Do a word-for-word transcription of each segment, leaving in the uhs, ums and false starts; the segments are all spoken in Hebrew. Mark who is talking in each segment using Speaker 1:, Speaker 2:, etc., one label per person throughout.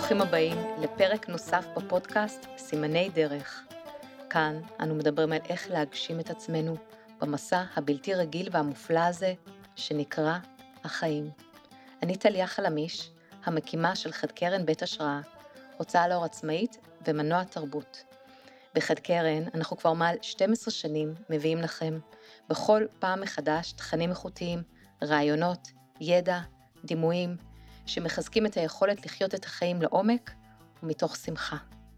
Speaker 1: ברוכים הבאים לפרק נוסף בפודקאסט סימני דרך. כאן אנו מדברים על איך להגשים את עצמנו במסע הבלתי רגיל והמופלא הזה שנקרא החיים. אני טליה חלמיש, המקימה של חד קרן בית השראה, הוצאה לאור עצמאית ומנוע תרבות. בחד קרן אנחנו כבר מעל שתים עשרה שנים מביאים לכם בכל פעם מחדש תכנים איכותיים, רעיונות, ידע, דימויים, שמחזקים את היכולת לחיות את החיים לעומק ומתוך שמחה.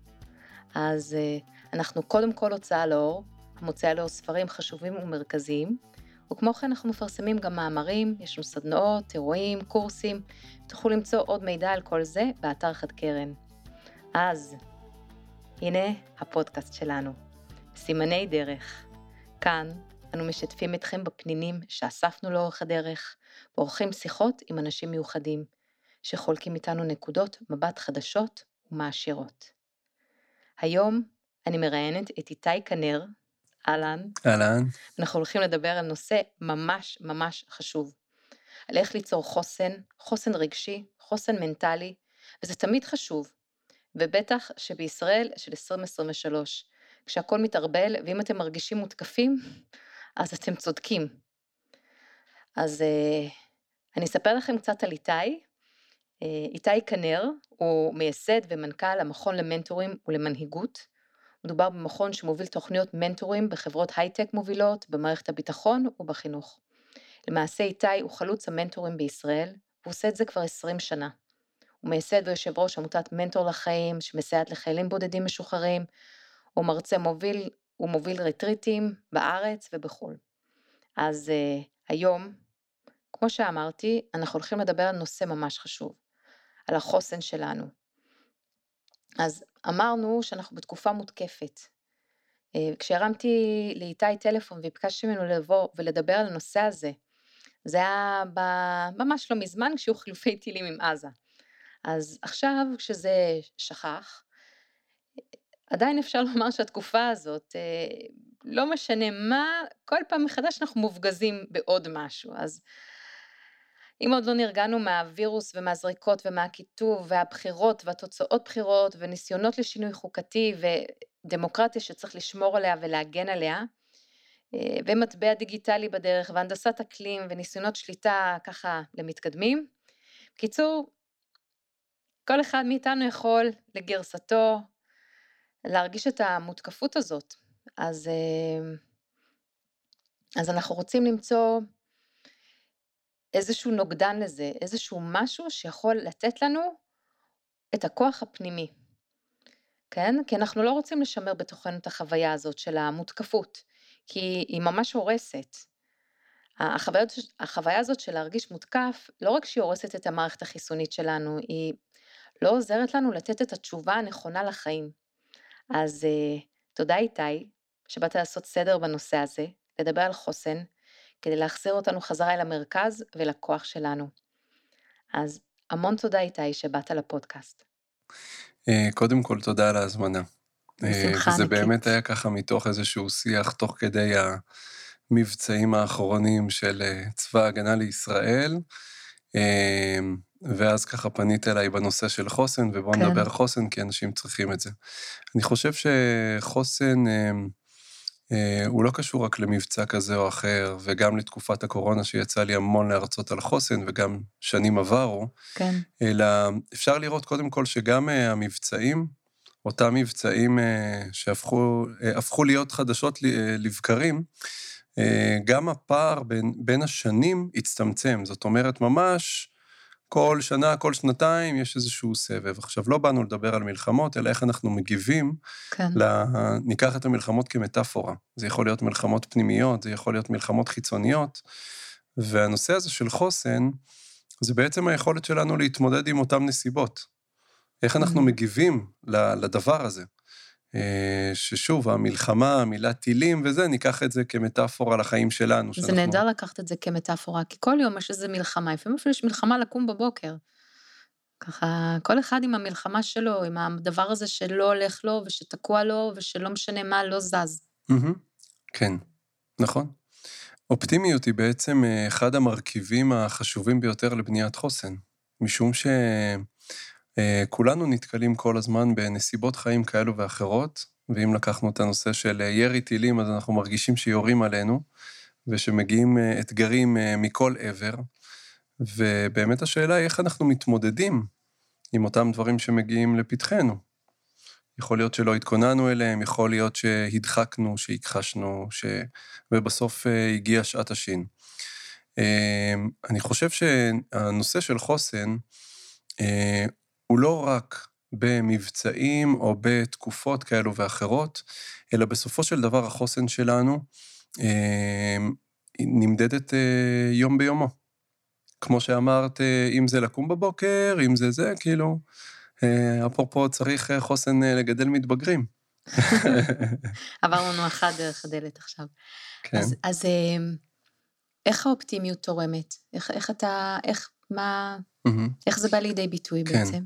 Speaker 1: אז אנחנו קודם כל הוצאה לאור, המוציאה לאור ספרים חשובים ומרכזיים, וכמו כן אנחנו מפרסמים גם מאמרים, יש לנו סדנאות, אירועים, קורסים, תוכלו למצוא עוד מידע על כל זה באתר חד קרן. אז הנה הפודקאסט שלנו, סימני דרך. כאן אנו משתפים אתכם בפנינים שאספנו לאורך הדרך, ועורכים שיחות עם אנשים מיוחדים, שחולקים איתנו נקודות מבט חדשות ומעשירות. היום אני מראיינת את איתי כנר, אהלן.
Speaker 2: אהלן.
Speaker 1: אנחנו הולכים לדבר על נושא ממש ממש חשוב, על איך ליצור חוסן, חוסן רגשי, חוסן מנטלי, וזה תמיד חשוב, ובטח שבישראל של עשרים עשרים ושלוש, כשהכל מתערבל, ואם אתם מרגישים מותקפים, אז אתם צודקים. אז אני אספר לכם קצת על איתי. איתי כנר הוא מייסד ומנכ"ל המכון למנטורים ולמנהיגות. מדובר במכון שמוביל תוכניות מנטורים בחברות הייטק מובילות, במערכת הביטחון ובחינוך. למעשה איתי הוא חלוץ המנטורים בישראל, והוא עושה את זה כבר עשרים שנה. הוא מייסד ויושב ראש עמותת מנטור לחיים, שמסייעת לחיילים בודדים משוחררים, הוא מרצה מוביל, הוא מוביל רטריטים בארץ ובחול. אז uh, היום, כמו שאמרתי, אנחנו הולכים לדבר על נושא ממש חשוב, על החוסן שלנו. אז אמרנו שאנחנו בתקופה מותקפת. כשהרמתי לאיתי טלפון וביקשתי ממנו לבוא ולדבר על הנושא הזה, זה היה ממש לא מזמן כשהיו חילופי טילים עם עזה. אז עכשיו כשזה שכח, עדיין אפשר לומר שהתקופה הזאת, לא משנה מה, כל פעם מחדש אנחנו מופגזים בעוד משהו. אז אם עוד לא נרגענו מהווירוס ומהזריקות ומהכיתוב והבחירות והתוצאות בחירות וניסיונות לשינוי חוקתי ודמוקרטיה שצריך לשמור עליה ולהגן עליה, ומטבע דיגיטלי בדרך והנדסת אקלים וניסיונות שליטה ככה למתקדמים, בקיצור, כל אחד מאיתנו יכול לגרסתו להרגיש את המותקפות הזאת. אז, אז אנחנו רוצים למצוא איזשהו נוגדן לזה, איזשהו משהו שיכול לתת לנו את הכוח הפנימי. כן? כי אנחנו לא רוצים לשמר בתוכנו את החוויה הזאת של המותקפות, כי היא ממש הורסת. החוויה, החוויה הזאת של להרגיש מותקף, לא רק שהיא הורסת את המערכת החיסונית שלנו, היא לא עוזרת לנו לתת את התשובה הנכונה לחיים. אז תודה איתי, שבאת לעשות סדר בנושא הזה, לדבר על חוסן, כדי להחזיר אותנו חזרה אל המרכז ולכוח שלנו. אז המון תודה איתי שבאת לפודקאסט.
Speaker 2: קודם כל תודה על ההזמנה.
Speaker 1: בשמחה
Speaker 2: וזה
Speaker 1: ענקית.
Speaker 2: באמת היה ככה מתוך איזשהו שיח, תוך כדי המבצעים האחרונים של צבא ההגנה לישראל, ואז ככה פנית אליי בנושא של חוסן, ובואו
Speaker 1: כן.
Speaker 2: נדבר חוסן, כי אנשים צריכים את זה. אני חושב שחוסן הוא לא קשור רק למבצע כזה או אחר, וגם לתקופת הקורונה שיצא לי המון להרצות על חוסן, וגם שנים עברו,
Speaker 1: כן.
Speaker 2: אלא אפשר לראות קודם כל שגם המבצעים, אותם מבצעים שהפכו הפכו להיות חדשות לבקרים, גם הפער בין, בין השנים הצטמצם, זאת אומרת ממש כל שנה, כל שנתיים יש איזשהו סבב. עכשיו לא באנו לדבר על מלחמות, אלא איך אנחנו מגיבים,
Speaker 1: כן.
Speaker 2: לה, ניקח את המלחמות כמטאפורה, זה יכול להיות מלחמות פנימיות, זה יכול להיות מלחמות חיצוניות, והנושא הזה של חוסן, זה בעצם היכולת שלנו להתמודד עם אותם נסיבות, איך אנחנו מגיבים לדבר הזה, ששוב, המלחמה, המילה טילים וזה, ניקח את זה כמטאפורה לחיים שלנו.
Speaker 1: זה נהדר לקחת את זה כמטאפורה, כי כל יום יש איזה מלחמה, לפעמים אפילו יש מלחמה לקום בבוקר. ככה, כל אחד עם המלחמה שלו, עם הדבר הזה שלא הולך לו, ושתקוע לו, ושלא משנה מה, לא זז.
Speaker 2: כן, נכון. אופטימיות היא בעצם אחד המרכיבים החשובים ביותר לבניית חוסן, משום אה, כולנו נתקלים כל הזמן בנסיבות חיים כאלו ואחרות, ואם לקחנו את הנושא של ירי טילים, אז אנחנו מרגישים שיורים עלינו, ושמגיעים אה, אתגרים אה, מכל עבר, ובאמת השאלה היא איך אנחנו מתמודדים עם אותם דברים שמגיעים לפתחנו. יכול להיות שלא התכוננו אליהם, יכול להיות שהדחקנו, שהכחשנו, ש... ובסוף אה, הגיע שעת השין. אה, אני חושב שהנושא של חוסן, אה, הוא לא רק במבצעים או בתקופות כאלו ואחרות, אלא בסופו של דבר החוסן שלנו אה, נמדדת אה, יום ביומו. כמו שאמרת, אה, אם זה לקום בבוקר, אם זה זה, כאילו, אה, אפרופו צריך אה, חוסן אה, לגדל מתבגרים.
Speaker 1: עבר לנו אחד דרך הדלת עכשיו.
Speaker 2: כן.
Speaker 1: אז, אז אה, איך האופטימיות תורמת? איך, איך אתה, איך, מה,
Speaker 2: מהמם.
Speaker 1: איך זה בא לידי ביטוי
Speaker 2: כן.
Speaker 1: בעצם?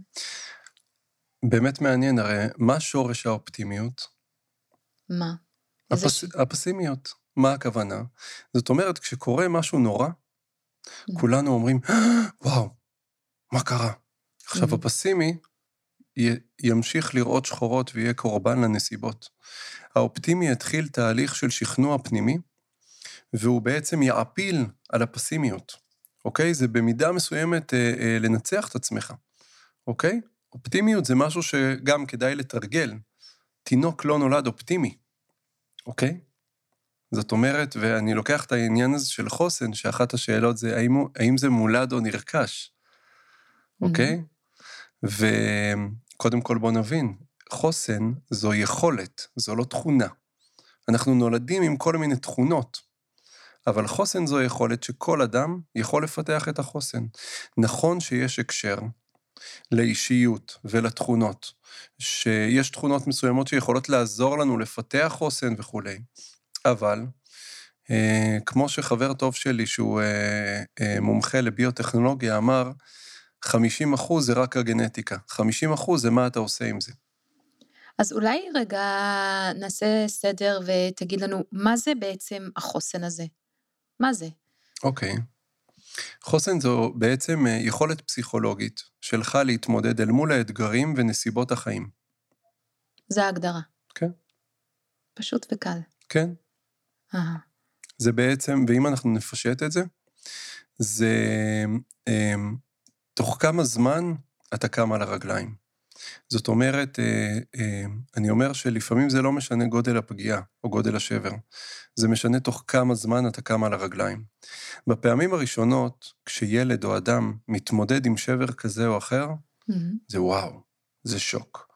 Speaker 2: באמת מעניין, הרי מה שורש האופטימיות?
Speaker 1: מה? איזה ש...
Speaker 2: הפס... הפסימיות. מה הכוונה? זאת אומרת, כשקורה משהו נורא, כולנו אומרים, וואו, מה קרה? עכשיו,
Speaker 1: Mhm.
Speaker 2: הפסימי י- ימשיך לראות שחורות ויהיה קורבן לנסיבות. האופטימי יתחיל תהליך של שכנוע פנימי, והוא בעצם יעפיל על הפסימיות, אוקיי? זה במידה מסוימת אה, אה, לנצח את עצמך, אוקיי? אופטימיות זה משהו שגם כדאי לתרגל. תינוק לא נולד אופטימי, אוקיי? זאת אומרת, ואני לוקח את העניין הזה של חוסן, שאחת השאלות זה, האם, הוא- האם זה מולד או נרכש, אוקיי? וקודם כל בוא נבין, חוסן זו יכולת, זו לא תכונה. אנחנו נולדים עם כל מיני תכונות, אבל חוסן זו יכולת שכל אדם יכול לפתח את החוסן. נכון שיש הקשר לאישיות ולתכונות, שיש תכונות מסוימות שיכולות לעזור לנו לפתח חוסן וכו'. אבל, אה, כמו שחבר טוב שלי, שהוא אה, אה, מומחה לביוטכנולוגיה, אמר, חמישים אחוז זה רק הגנטיקה, חמישים אחוז זה מה אתה עושה עם זה.
Speaker 1: אז אולי רגע נעשה סדר ותגיד לנו, מה זה בעצם החוסן הזה? מה זה?
Speaker 2: אוקיי. חוסן זו בעצם אה, יכולת פסיכולוגית שלך להתמודד אל מול האתגרים ונסיבות החיים.
Speaker 1: זה ההגדרה.
Speaker 2: כן,
Speaker 1: פשוט וקל.
Speaker 2: כן.
Speaker 1: אה,
Speaker 2: זה בעצם, ואם אנחנו נפשט את זה, זה אה, תוך כמה זמן אתה קם על הרגליים. זאת אומרת, אה, אה, אני אומר שלפעמים זה לא משנה גודל הפגיעה או גודל השבר, זה משנה תוך כמה זמן אתה קם על הרגליים. בפעמים הראשונות, כשילד או אדם מתמודד עם שבר כזה או אחר,
Speaker 1: mhm.
Speaker 2: זה וואו, זה שוק.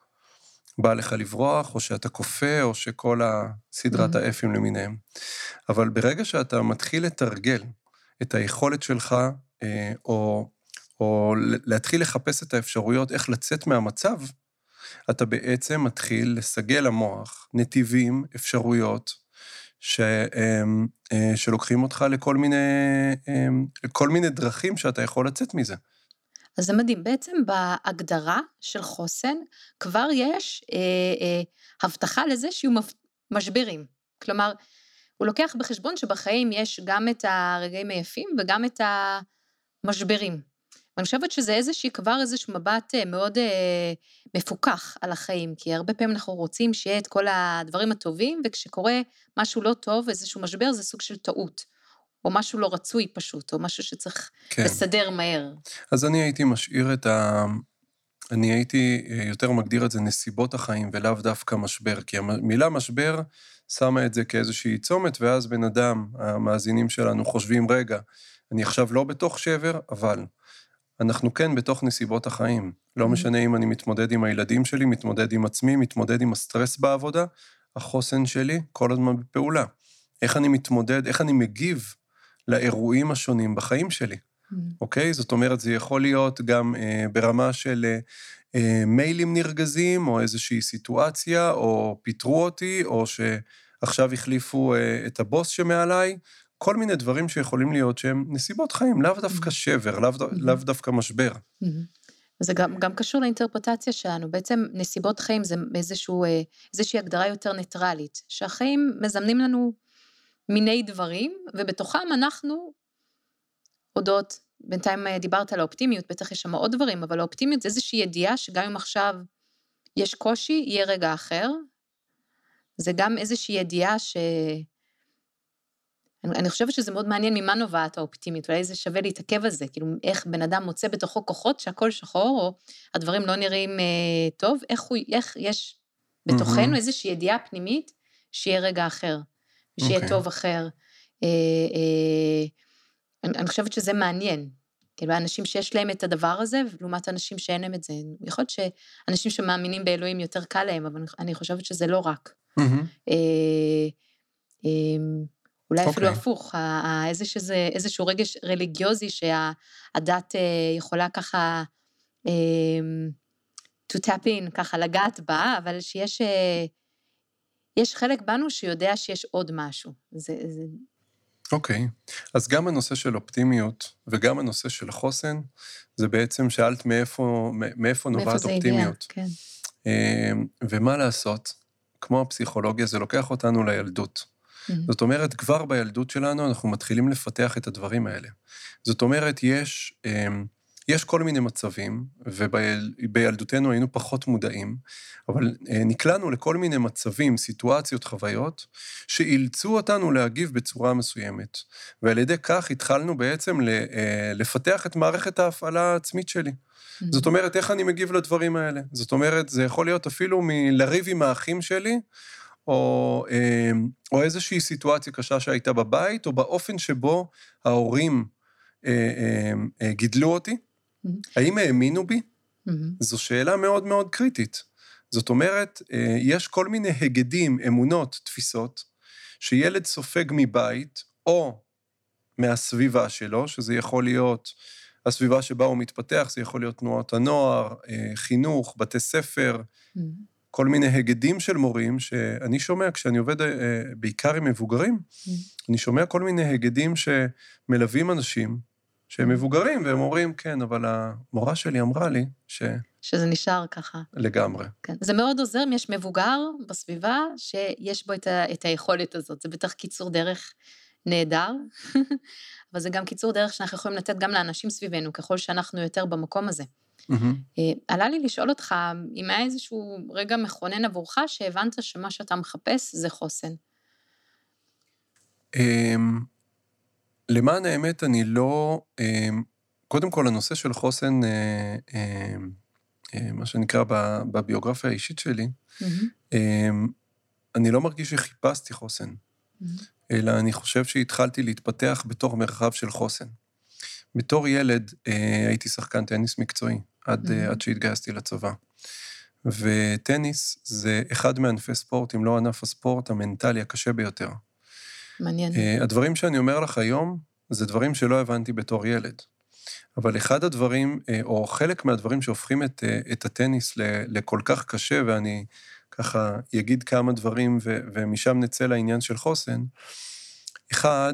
Speaker 2: בא לך לברוח, או שאתה קופא, או שכל הסדרת
Speaker 1: Mhm.
Speaker 2: האפים למיניהם. אבל ברגע שאתה מתחיל לתרגל את היכולת שלך, אה, או, או להתחיל לחפש את האפשרויות איך לצאת מהמצב, אתה בעצם מתחיל לסגל למוח נתיבים, אפשרויות, ש, אה, אה, שלוקחים אותך לכל מיני, אה, לכל מיני דרכים שאתה יכול לצאת מזה.
Speaker 1: אז זה מדהים, בעצם בהגדרה של חוסן כבר יש אה, אה, הבטחה לזה שיהיו מפ... משברים. כלומר, הוא לוקח בחשבון שבחיים יש גם את הרגעים היפים וגם את המשברים. ואני חושבת שזה איזושהי כבר איזשהו מבט אה, מאוד אה, מפוקח על החיים, כי הרבה פעמים אנחנו רוצים שיהיה את כל הדברים הטובים, וכשקורה משהו לא טוב, איזשהו משבר, זה סוג של טעות, או משהו לא רצוי פשוט, או משהו שצריך
Speaker 2: כן.
Speaker 1: לסדר מהר.
Speaker 2: אז אני הייתי משאיר את ה... אני הייתי יותר מגדיר את זה נסיבות החיים, ולאו דווקא משבר, כי המילה משבר שמה את זה כאיזושהי צומת, ואז בן אדם, המאזינים שלנו, חושבים, רגע, אני עכשיו לא בתוך שבר, אבל אנחנו כן בתוך נסיבות החיים. לא משנה אם אני מתמודד עם הילדים שלי, מתמודד עם עצמי, מתמודד עם הסטרס בעבודה, החוסן שלי כל הזמן בפעולה. איך אני מתמודד, איך אני מגיב לאירועים השונים בחיים שלי. אוקיי? זאת אומרת, זה יכול להיות גם אה, ברמה של אה, אה, מיילים נרגזים, או איזושהי סיטואציה, או פיטרו אותי, או שעכשיו החליפו אה, את הבוס שמעליי, כל מיני דברים שיכולים להיות שהם נסיבות חיים, לאו דווקא שבר, לאו, לאו דווקא משבר.
Speaker 1: זה גם, גם קשור לאינטרפרטציה שלנו, בעצם נסיבות חיים זה איזשהו, איזושהי הגדרה יותר ניטרלית, שהחיים מזמנים לנו מיני דברים, ובתוכם אנחנו, הודות, בינתיים דיברת על האופטימיות, בטח יש שם עוד דברים, אבל האופטימיות זה איזושהי ידיעה שגם אם עכשיו יש קושי, יהיה רגע אחר. זה גם איזושהי ידיעה ש... אני, אני חושבת שזה מאוד מעניין ממה נובעת האופטימיות, אולי זה שווה להתעכב על זה, כאילו איך בן אדם מוצא בתוכו כוחות שהכל שחור, או הדברים לא נראים אה, טוב, איך, הוא, איך יש בתוכנו איזושהי ידיעה פנימית, שיהיה רגע אחר, שיהיה
Speaker 2: אוקיי.
Speaker 1: טוב אחר. אה, אה, אני, אני חושבת שזה מעניין, כאילו האנשים שיש להם את הדבר הזה, ולעומת אנשים שאין להם את זה, יכול להיות שאנשים שמאמינים באלוהים יותר קל להם, אבל אני חושבת שזה לא רק.
Speaker 2: Mm-hmm.
Speaker 1: אה, אה, אולי
Speaker 2: אוקיי.
Speaker 1: אפילו הפוך, איזשהו רגש רליגיוזי שהדת יכולה ככה to tap in, ככה לגעת בה, אבל שיש יש חלק בנו שיודע שיש עוד משהו. זה, זה...
Speaker 2: אוקיי, אז גם הנושא של אופטימיות וגם הנושא של חוסן, זה בעצם שאלת מאיפה, מאיפה נובעת אופטימיות.
Speaker 1: כן.
Speaker 2: ומה לעשות, כמו הפסיכולוגיה, זה לוקח אותנו לילדות. זאת אומרת, כבר בילדות שלנו אנחנו מתחילים לפתח את הדברים האלה. זאת אומרת, יש, יש כל מיני מצבים, ובילדותנו היינו פחות מודעים, אבל נקלענו לכל מיני מצבים, סיטואציות, חוויות, שאילצו אותנו להגיב בצורה מסוימת. ועל ידי כך התחלנו בעצם לפתח את מערכת ההפעלה העצמית שלי. זאת אומרת, איך אני מגיב לדברים האלה? זאת אומרת, זה יכול להיות אפילו מלריב עם האחים שלי, או, או איזושהי סיטואציה קשה שהייתה בבית, או באופן שבו ההורים גידלו אותי. האם האמינו בי? זו שאלה מאוד מאוד קריטית. זאת אומרת, יש כל מיני הגדים, אמונות, תפיסות, שילד סופג מבית, או מהסביבה שלו, שזה יכול להיות הסביבה שבה הוא מתפתח, זה יכול להיות תנועות הנוער, חינוך, בתי ספר, כל מיני הגדים של מורים, שאני שומע, כשאני עובד בעיקר עם מבוגרים, אני שומע כל מיני הגדים שמלווים אנשים, שהם מבוגרים, והם אומרים, כן, אבל המורה שלי אמרה לי ש...
Speaker 1: שזה נשאר ככה.
Speaker 2: לגמרי.
Speaker 1: כן. זה מאוד עוזר אם יש מבוגר בסביבה, שיש בו את, ה... את היכולת הזאת. זה בטח קיצור דרך נהדר, אבל זה גם קיצור דרך שאנחנו יכולים לתת גם לאנשים סביבנו, ככל שאנחנו יותר במקום הזה. Mm-hmm. עלה לי לשאול אותך, אם היה איזשהו רגע מכונן עבורך, שהבנת שמה שאתה מחפש זה חוסן.
Speaker 2: למען האמת, אני לא... קודם כל, הנושא של חוסן, מה שנקרא בביוגרפיה האישית שלי, mm-hmm. אני לא מרגיש שחיפשתי חוסן, mm-hmm. אלא אני חושב שהתחלתי להתפתח בתור מרחב של חוסן. בתור ילד הייתי שחקן טניס מקצועי, עד, mm-hmm. עד שהתגייסתי לצבא. וטניס זה אחד מענפי ספורט, אם לא ענף הספורט המנטלי הקשה ביותר.
Speaker 1: מעניין.
Speaker 2: הדברים שאני אומר לך היום, זה דברים שלא הבנתי בתור ילד. אבל אחד הדברים, או חלק מהדברים שהופכים את, את הטניס לכל כך קשה, ואני ככה אגיד כמה דברים, ו, ומשם נצא לעניין של חוסן, אחד,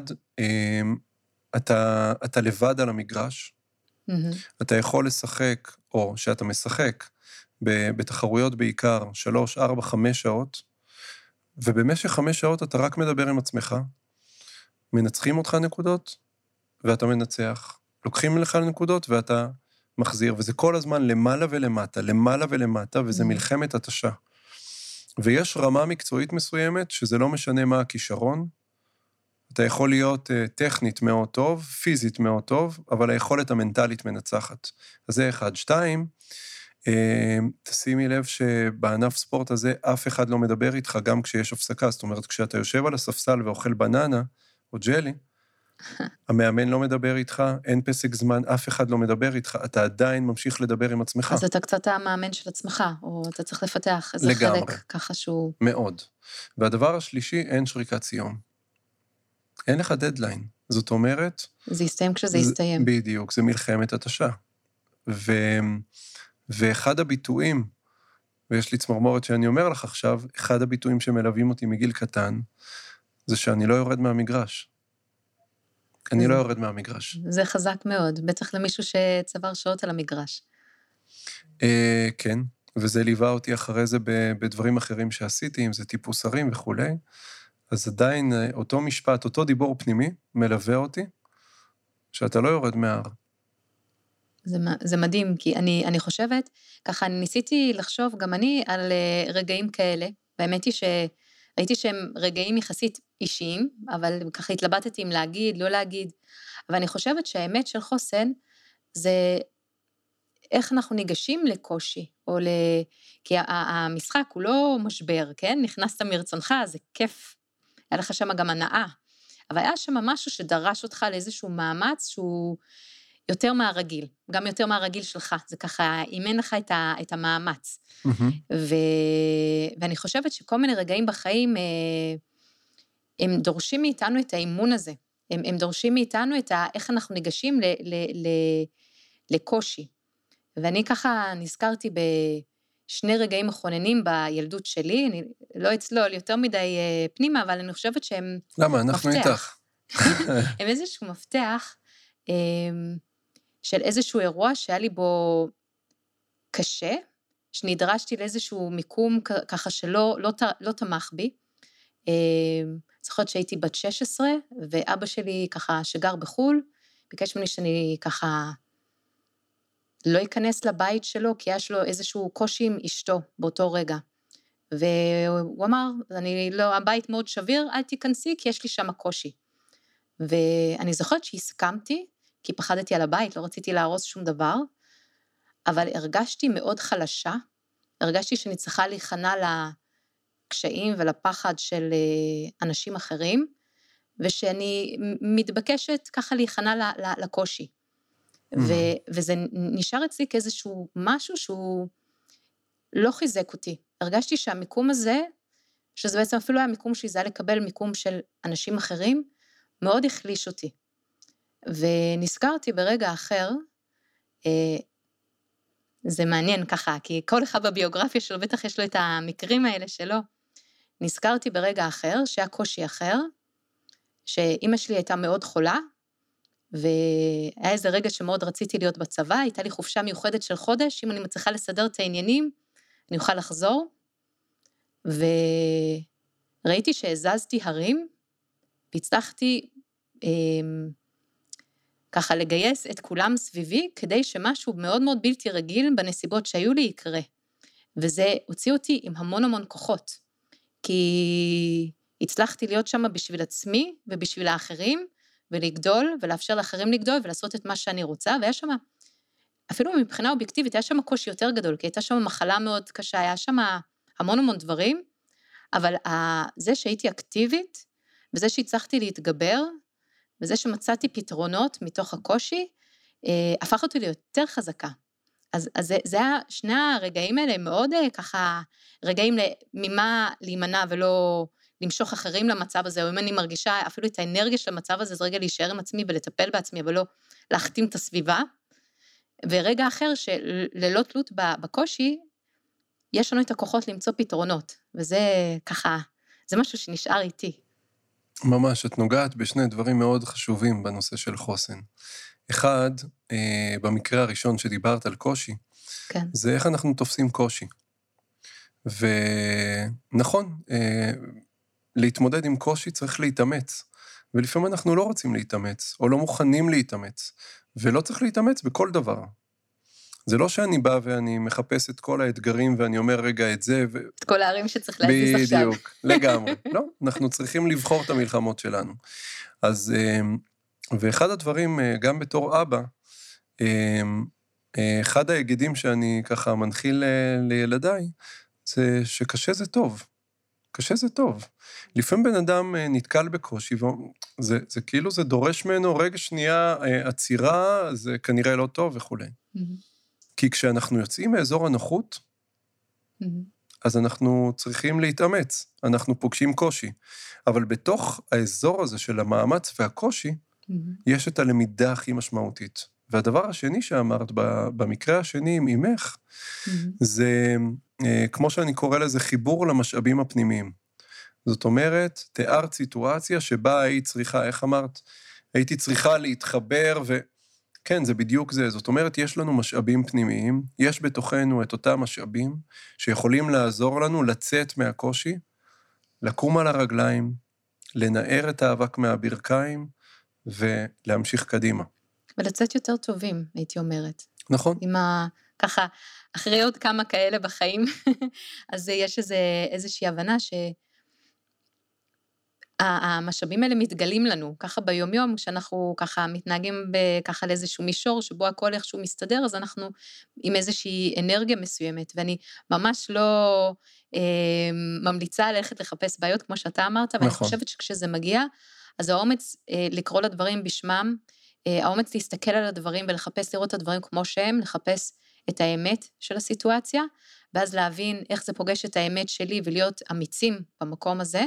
Speaker 2: אתה, אתה לבד על המגרש, mm-hmm. אתה יכול לשחק, או שאתה משחק, בתחרויות בעיקר, שלוש, ארבע, חמש שעות, ובמשך חמש שעות אתה רק מדבר עם עצמך, מנצחים אותך נקודות, ואתה מנצח, לוקחים לך נקודות, ואתה מחזיר, וזה כל הזמן למעלה ולמטה, למעלה ולמטה, וזה mm-hmm. מלחמת התשה. ויש רמה מקצועית מסוימת, שזה לא משנה מה הכישרון, אתה יכול להיות uh, טכנית מאוד טוב, פיזית מאוד טוב, אבל היכולת המנטלית מנצחת. אז זה אחד. שתיים, uh, תשימי לב שבענף ספורט הזה, אף אחד לא מדבר איתך, גם כשיש הפסקה. זאת אומרת, כשאתה יושב על הספסל ואוכל בננה, או ג'לי, המאמן לא מדבר איתך, אין פסק זמן, אף אחד לא מדבר איתך, אתה עדיין ממשיך לדבר עם עצמך.
Speaker 1: אז אתה קצת המאמן של עצמך, או אתה צריך לפתח איזה
Speaker 2: לגמרי.
Speaker 1: חלק ככה שהוא...
Speaker 2: מאוד. והדבר השלישי, אין שריקת סיום. אין לך דדליין. זאת אומרת...
Speaker 1: זה יסתיים כשזה יסתיים.
Speaker 2: בדיוק, זה מלחמת התשה. ו... ואחד הביטויים, ויש לי צמרמורת שאני אומר לך עכשיו, אחד הביטויים שמלווים אותי מגיל קטן, זה שאני לא יורד מהמגרש. אני לא יורד מהמגרש.
Speaker 1: זה חזק מאוד, בטח למישהו שצבר שעות על המגרש.
Speaker 2: כן, וזה ליווה אותי אחרי זה בדברים אחרים שעשיתי, אם זה טיפוס הרים וכו'. אז עדיין אותו משפט, אותו דיבור פנימי, מלווה אותי, שאתה לא יורד מההר.
Speaker 1: זה, זה מדהים, כי אני, אני חושבת, ככה אני ניסיתי לחשוב גם אני על רגעים כאלה, והאמת היא שראיתי שהם רגעים יחסית אישיים, אבל ככה התלבטתי אם להגיד, לא להגיד, אבל אני חושבת שהאמת של חוסן, זה איך אנחנו ניגשים לקושי, או ל... כי המשחק הוא לא משבר, כן? נכנסת מרצונך, זה כיף, היה לך שם גם הנאה, אבל היה שם משהו שדרש אותך לאיזשהו מאמץ שהוא יותר מהרגיל, גם יותר מהרגיל שלך, זה ככה אימן לך את, ה, את המאמץ. Mm-hmm. ו, ואני חושבת שכל מיני רגעים בחיים, הם דורשים מאיתנו את האימון הזה, הם, הם דורשים מאיתנו את ה, איך אנחנו ניגשים ל, ל, ל, לקושי. ואני ככה נזכרתי בשני רגעים מכוננים בילדות שלי, אני לא אצלול יותר מדי פנימה, אבל אני חושבת שהם
Speaker 2: למה? אנחנו
Speaker 1: מפתח.
Speaker 2: איתך.
Speaker 1: הם איזשהו מפתח, של איזשהו אירוע שהיה לי בו קשה, שנדרשתי לאיזשהו מיקום ככה שלא לא, לא תמך בי. זוכרת שהייתי בת שש עשרה, ואבא שלי ככה שגר בחול, ביקש ממני שאני ככה לא ייכנס לבית שלו, כי יש לו איזשהו קושי עם אשתו באותו רגע. והוא אמר, אני לא, הבית מאוד שביר, אל תיכנסי, כי יש לי שם קושי. ואני זוכרת שהסכמתי, כי פחדתי על הבית, לא רציתי להרוס שום דבר, אבל הרגשתי מאוד חלשה, הרגשתי שאני צריכה להיכנע לקשיים ולפחד של אנשים אחרים, ושאני מתבקשת ככה להיכנע לקושי. ו- וזה נשאר אצלי כאיזשהו משהו שהוא לא חיזק אותי. הרגשתי שהמיקום הזה, שזה בעצם אפילו היה מיקום שזה היה לקבל מיקום של אנשים אחרים, מאוד החליש אותי. ונזכרתי ברגע אחר, אה, זה מעניין ככה, כי כל אחד בביוגרפיה שלו, בטח יש לו את המקרים האלה שלו, נזכרתי ברגע אחר, שהיה קושי אחר, שאמא שלי הייתה מאוד חולה, והיה איזה רגע שמאוד רציתי להיות בצבא, הייתה לי חופשה מיוחדת של חודש, אם אני מצליחה לסדר את העניינים, אני אוכל לחזור, וראיתי שהזזתי הרים, והצלחתי אה, ככה לגייס את כולם סביבי, כדי שמשהו מאוד מאוד בלתי רגיל בנסיבות שהיו לי יקרה, וזה הוציא אותי עם המון המון כוחות, כי הצלחתי להיות שם בשביל עצמי ובשביל האחרים, ולגדול, ולאפשר לאחרים לגדול, ולעשות את מה שאני רוצה, והיה שם, אפילו מבחינה אובייקטיבית, היה שם קושי יותר גדול, כי הייתה שם מחלה מאוד קשה, היה שם המון המון דברים, אבל זה שהייתי אקטיבית, וזה שהצלחתי להתגבר, וזה שמצאתי פתרונות מתוך הקושי, הפך אותי ליותר חזקה. אז, אז זה, זה היה, שני הרגעים האלה מאוד ככה, רגעים ממה להימנע ולא למשוך אחרים למצב הזה, או אם אני מרגישה אפילו את האנרגיה של המצב הזה, זה רגע להישאר עם עצמי ולטפל בעצמי, אבל לא להחתים את הסביבה. ורגע אחר שללא תלות בקושי, יש לנו את הכוחות למצוא פתרונות, וזה ככה, זה משהו שנשאר איתי.
Speaker 2: ממש, את נוגעת בשני דברים מאוד חשובים בנושא של חוסן. אחד, במקרה הראשון שדיברת על קושי,
Speaker 1: כן.
Speaker 2: זה איך אנחנו תופסים קושי. ונכון, להתמודד עם קושי צריך להתאמץ, ולפעמים אנחנו לא רוצים להתאמץ, או לא מוכנים להתאמץ, ולא צריך להתאמץ בכל דבר. זה לא שאני בא ואני מחפש את כל האתגרים, ואני אומר רגע את זה, ו...
Speaker 1: את כל הערים שצריך להזיז עכשיו.
Speaker 2: בדיוק, לגמרי. לא, אנחנו צריכים לבחור את המלחמות שלנו. אז, ואחד הדברים, גם בתור אבא, אחד ההיגדים שאני ככה מנחיל לילדיי, זה שקשה זה טוב. קשה זה טוב. לפעמים בן אדם נתקל בקושי, וזה, זה כאילו זה דורש ממנו רגע שנייה עצירה, זה כנראה לא טוב וכו'. Mm-hmm. כי כשאנחנו יוצאים מאזור הנוחות, mm-hmm. אז אנחנו צריכים להתאמץ, אנחנו פוגשים קושי. אבל בתוך האזור הזה של המאמץ והקושי, mm-hmm. יש את הלמידה הכי משמעותית. והדבר השני שאמרת, במקרה השני עם אמך, mm-hmm. זה, כמו שאני קורא לזה, חיבור למשאבים הפנימיים. זאת אומרת, תיארת סיטואציה שבה היית צריכה, איך אמרת? הייתי צריכה להתחבר, וכן, זה בדיוק זה. זאת אומרת, יש לנו משאבים פנימיים, יש בתוכנו את אותם משאבים, שיכולים לעזור לנו לצאת מהקושי, לקום על הרגליים, לנער את האבק מהברכיים, ולהמשיך קדימה.
Speaker 1: ולצאת יותר טובים, הייתי אומרת.
Speaker 2: נכון.
Speaker 1: עם ה... ככה, אחרי עוד כמה כאלה בחיים, אז יש איזה, איזושהי הבנה ש... המשאבים האלה מתגלים לנו, ככה ביומיום, כשאנחנו ככה מתנהגים ככה לאיזשהו מישור, שבו הכל איכשהו מסתדר, אז אנחנו עם איזושהי אנרגיה מסוימת, ואני ממש לא אה, ממליצה ללכת לחפש בעיות, כמו שאתה אמרת, ואני
Speaker 2: נכון.
Speaker 1: חושבת שכשזה מגיע, אז האומץ אה, לקרוא לדברים בשמם, אה, האומץ להסתכל על הדברים ולחפש לראות את הדברים כמו שהם, לחפש את האמת של הסיטואציה, ואז להבין איך זה פוגש את האמת שלי, ולהיות אמיצים במקום הזה,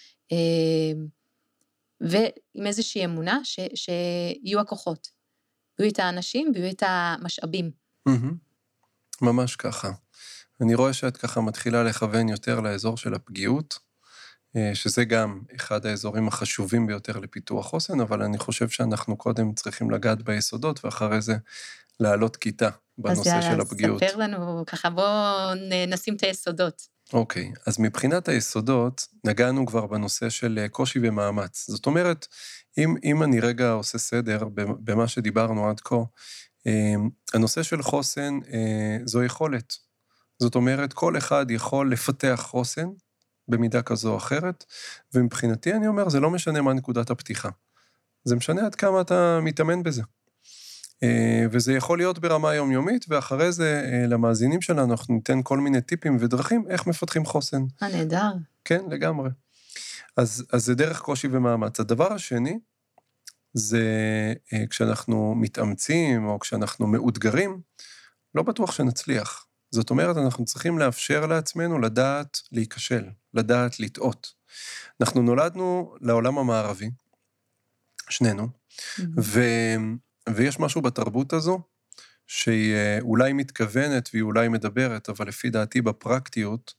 Speaker 1: ועם איזושהי אמונה ש, שיהיו הכוחות, יהיו את האנשים ויהיו את המשאבים.
Speaker 2: ממש ככה. אני רואה שאת ככה מתחילה לכוון יותר לאזור של הפגיעות, שזה גם אחד האזורים החשובים ביותר לפיתוח חוסן, אבל אני חושב שאנחנו קודם צריכים לגעת ביסודות, ואחרי זה לעלות כיתה בנושא
Speaker 1: אז
Speaker 2: של הפגיעות.
Speaker 1: אז ספר לנו, ככה בואו נשים את היסודות.
Speaker 2: אוקיי, אז מבחינת היסודות, נגענו כבר בנושא של קושי ומאמץ. זאת אומרת, אם, אם אני רגע עושה סדר במה שדיברנו עד כה, הנושא של חוסן זו יכולת. זאת אומרת, כל אחד יכול לפתח חוסן במידה כזו או אחרת, ומבחינתי אני אומר, זה לא משנה מה נקודת הפתיחה. זה משנה עד כמה אתה מתאמן בזה. וזה יכול להיות ברמה יומיומית, ואחרי זה למאזינים שלנו אנחנו ניתן כל מיני טיפים ודרכים איך מפתחים חוסן.
Speaker 1: אה, נהדר.
Speaker 2: כן, לגמרי. אז, אז זה דרך קושי ומאמץ. הדבר השני, זה כשאנחנו מתאמצים או כשאנחנו מאותגרים, לא בטוח שנצליח. זאת אומרת, אנחנו צריכים לאפשר לעצמנו לדעת להיכשל, לדעת לטעות. אנחנו נולדנו לעולם המערבי, שנינו, ו... ויש משהו בתרבות הזו, שהיא אולי מתכוונת והיא אולי מדברת, אבל לפי דעתי בפרקטיות,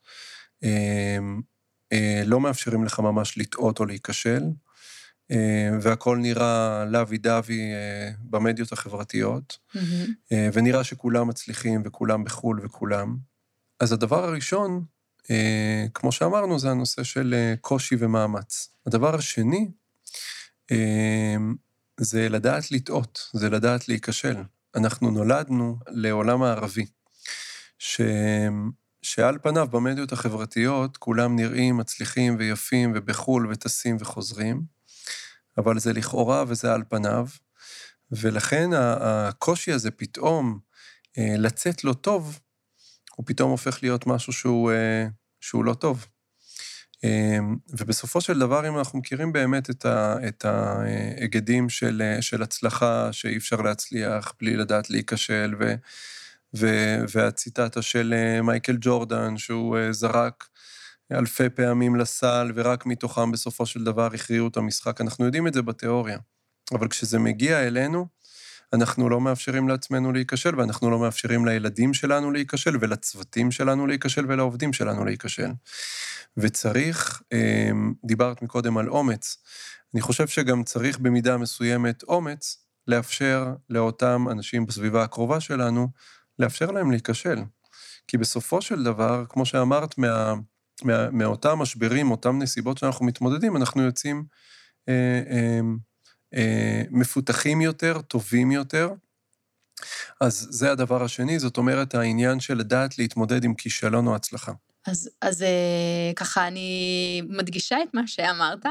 Speaker 2: לא מאפשרים לך ממש לטעות או להיכשל, והכל נראה לוי דווי במדיות החברתיות, ונראה שכולם מצליחים וכולם בחול וכולם. אז הדבר הראשון, כמו שאמרנו, זה הנושא של קושי ומאמץ. הדבר השני, זה לדעת לטעות, זה לדעת להיכשל. אנחנו נולדנו לעולם הערבי, ש... שעל פניו במדיות החברתיות כולם נראים מצליחים ויפים ובחול וטסים וחוזרים, אבל זה לכאורה וזה על פניו, ולכן הקושי הזה פתאום לצאת לא טוב, הוא פתאום הופך להיות משהו שהוא, שהוא לא טוב. ובסופו של דבר, אם אנחנו מכירים באמת את, ה, את ההגדים של, של הצלחה, שאי אפשר להצליח בלי לדעת להיכשל, ו, ו, והציטטה של מייקל ג'ורדן, שהוא זרק אלפי פעמים לסל, ורק מתוכם בסופו של דבר הכריעו את המשחק. אנחנו יודעים את זה בתיאוריה, אבל כשזה מגיע אלינו, אנחנו לא מאפשרים לעצמנו להיכשל, ואנחנו לא מאפשרים לילדים שלנו להיכשל, ולצוותים שלנו להיכשל, ולעובדים שלנו להיכשל. וצריך, דיברת מקודם על אומץ, אני חושב שגם צריך במידה מסוימת אומץ, לאפשר לאותם אנשים בסביבה הקרובה שלנו, לאפשר להם להיכשל. כי בסופו של דבר, כמו שאמרת, מה, מה, מאותם משברים, אותם נסיבות שאנחנו מתמודדים, אנחנו יוצאים אה, אה, אה, מפותחים יותר, טובים יותר. אז זה הדבר השני, זאת אומרת, העניין של לדעת להתמודד עם כישלון או הצלחה.
Speaker 1: אז, אז ככה אני מדגישה את מה שאמרת,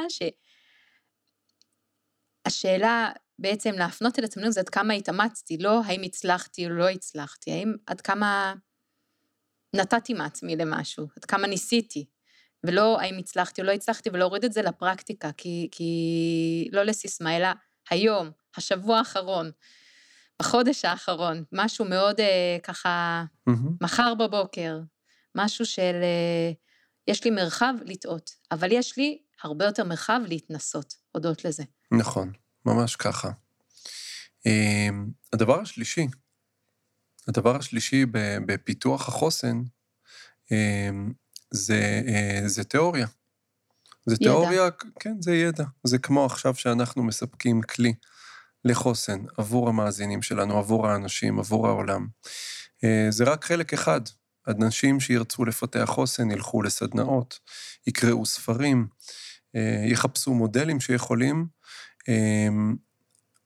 Speaker 1: שהשאלה בעצם להפנות את עצמנו זה עד כמה התאמצתי, לא האם הצלחתי או לא הצלחתי, האם עד כמה נתתי מעצמי למשהו, עד כמה ניסיתי, ולא האם הצלחתי או לא הצלחתי, ולהוריד את זה לפרקטיקה, כי, כי לא לסיסמה, אלא היום, השבוע האחרון, בחודש האחרון, משהו מאוד ככה, mm-hmm. מחר בבוקר, משהו של, יש לי מרחב לטעות, אבל יש לי הרבה יותר מרחב להתנסות, הודות לזה.
Speaker 2: נכון, ממש ככה. הדבר השלישי, הדבר השלישי בפיתוח החוסן, זה, זה תיאוריה. זה ידע. תיאוריה, כן, זה ידע. זה כמו עכשיו שאנחנו מספקים כלי לחוסן, עבור המאזינים שלנו, עבור האנשים, עבור העולם. זה רק חלק אחד. אנשים שירצו לפתח חוסן, ילכו לסדנאות, יקראו ספרים, יחפשו מודלים שיכולים,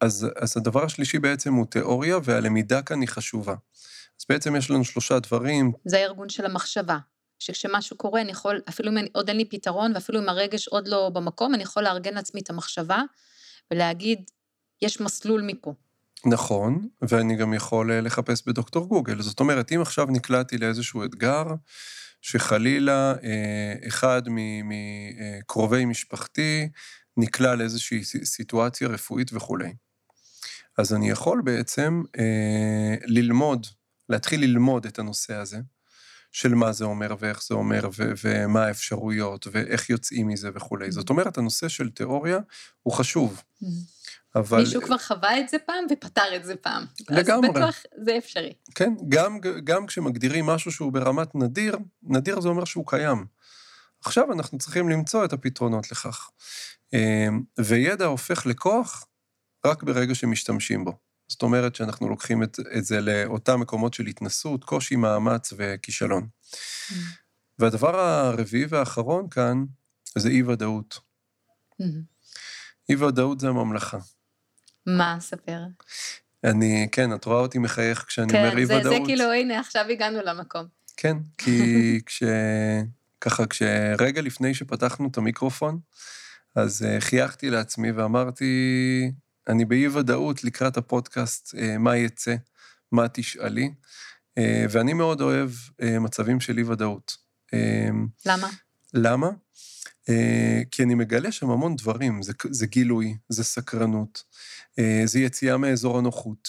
Speaker 2: אז, אז הדבר השלישי בעצם הוא תיאוריה, והלמידה כאן היא חשובה. אז בעצם יש לנו שלושה דברים.
Speaker 1: זה הארגון של המחשבה, שכשמשהו קורה, אני יכול, אפילו אם עוד אין לי פתרון, ואפילו אם הרגש עוד לא במקום, אני יכול לארגן לעצמי את המחשבה, ולהגיד, יש מסלול מפה.
Speaker 2: נכון, ואני גם יכול לחפש בדוקטור גוגל. זאת אומרת, אם עכשיו נקלעתי לאיזשהו אתגר, שחלילה אחד מקרובי משפחתי נקלע לאיזושהי סיטואציה רפואית וכו'. אז אני יכול בעצם ללמוד, להתחיל ללמוד את הנושא הזה, של מה זה אומר ואיך זה אומר, ו- ומה האפשרויות, ואיך יוצאים מזה וכו'. Mm-hmm. זאת אומרת, הנושא של תיאוריה הוא חשוב. Mm-hmm. אבל...
Speaker 1: מישהו כבר חווה את זה פעם ופתר את זה פעם.
Speaker 2: לגמרי.
Speaker 1: אז בטוח זה אפשרי.
Speaker 2: כן, גם, גם כשמגדירים משהו שהוא ברמת נדיר, נדיר זה אומר שהוא קיים. עכשיו אנחנו צריכים למצוא את הפתרונות לכך. וידע הופך לכוח רק ברגע שמשתמשים בו. זאת אומרת שאנחנו לוקחים את, את זה לאותם מקומות של התנסות, קושי, מאמץ וכישלון. Mm-hmm. והדבר הרביעי והאחרון כאן, זה אי-ודאות. Mm-hmm. אי-ודאות זה הממלכה.
Speaker 1: מה, ספר?
Speaker 2: אני, כן, את רואה אותי מחייך כשאני
Speaker 1: כן,
Speaker 2: אומר אי-ודאות.
Speaker 1: כן, זה, זה כאילו, הנה, עכשיו הגענו למקום.
Speaker 2: כן, כי כש, ככה, כשרגע לפני שפתחנו את המיקרופון, אז חייכתי לעצמי ואמרתי, אני באי-ודאות לקראת הפודקאסט, מה יצא, מה תשאלי, ואני מאוד אוהב מצבים של אי-ודאות.
Speaker 1: למה?
Speaker 2: למה? כי אני מגלה שם המון דברים, זה, זה גילוי, זה סקרנות, זה יציאה מאזור הנוחות,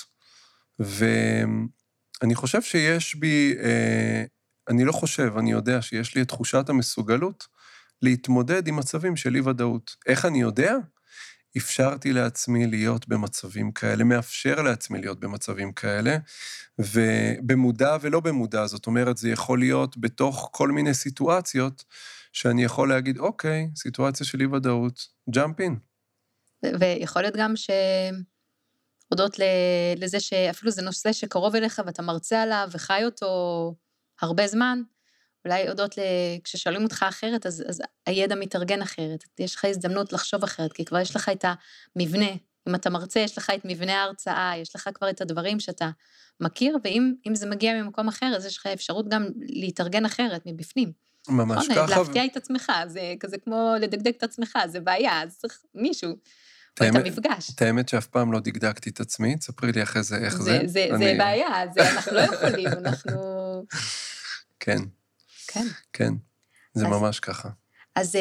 Speaker 2: ואני חושב שיש בי, אני לא חושב, אני יודע שיש לי את תחושת המסוגלות להתמודד עם מצבים של אי-ודאות. איך אני יודע? אפשרתי לעצמי להיות במצבים כאלה, מאפשר לעצמי להיות במצבים כאלה, ובמודע ולא במודע, זאת אומרת, זה יכול להיות בתוך כל מיני סיטואציות, שאני יכול להגיד, אוקיי, סיטואציה של אי-ודאות, jump in.
Speaker 1: ויכול להיות גם שהודות לזה שאפילו זה נושא שקרוב אליך, ואתה מרצה עליו וחי אותו הרבה זמן, אולי הודות כששואלים אותך אחרת, אז, אז הידע מתארגן אחרת, יש לך הזדמנות לחשוב אחרת, כי כבר יש לך את המבנה, אם אתה מרצה, יש לך את מבנה ההרצאה, יש לך כבר את הדברים שאתה מכיר, ואם אם זה מגיע ממקום אחר, אז יש לך אפשרות גם להתארגן אחרת מבפנים.
Speaker 2: ממש
Speaker 1: נכון,
Speaker 2: ככה.
Speaker 1: להפתיע את עצמך, זה כזה כמו לדגדג את עצמך, זה בעיה, אז צריך מישהו, או את המפגש.
Speaker 2: את האמת שאף פעם לא דגדגתי את עצמי, תספרי לי אחרי זה איך זה.
Speaker 1: זה, זה,
Speaker 2: אני...
Speaker 1: זה בעיה, זה אנחנו לא יכולים, אנחנו...
Speaker 2: כן.
Speaker 1: כן.
Speaker 2: כן, זה
Speaker 1: אז,
Speaker 2: ממש ככה.
Speaker 1: אז,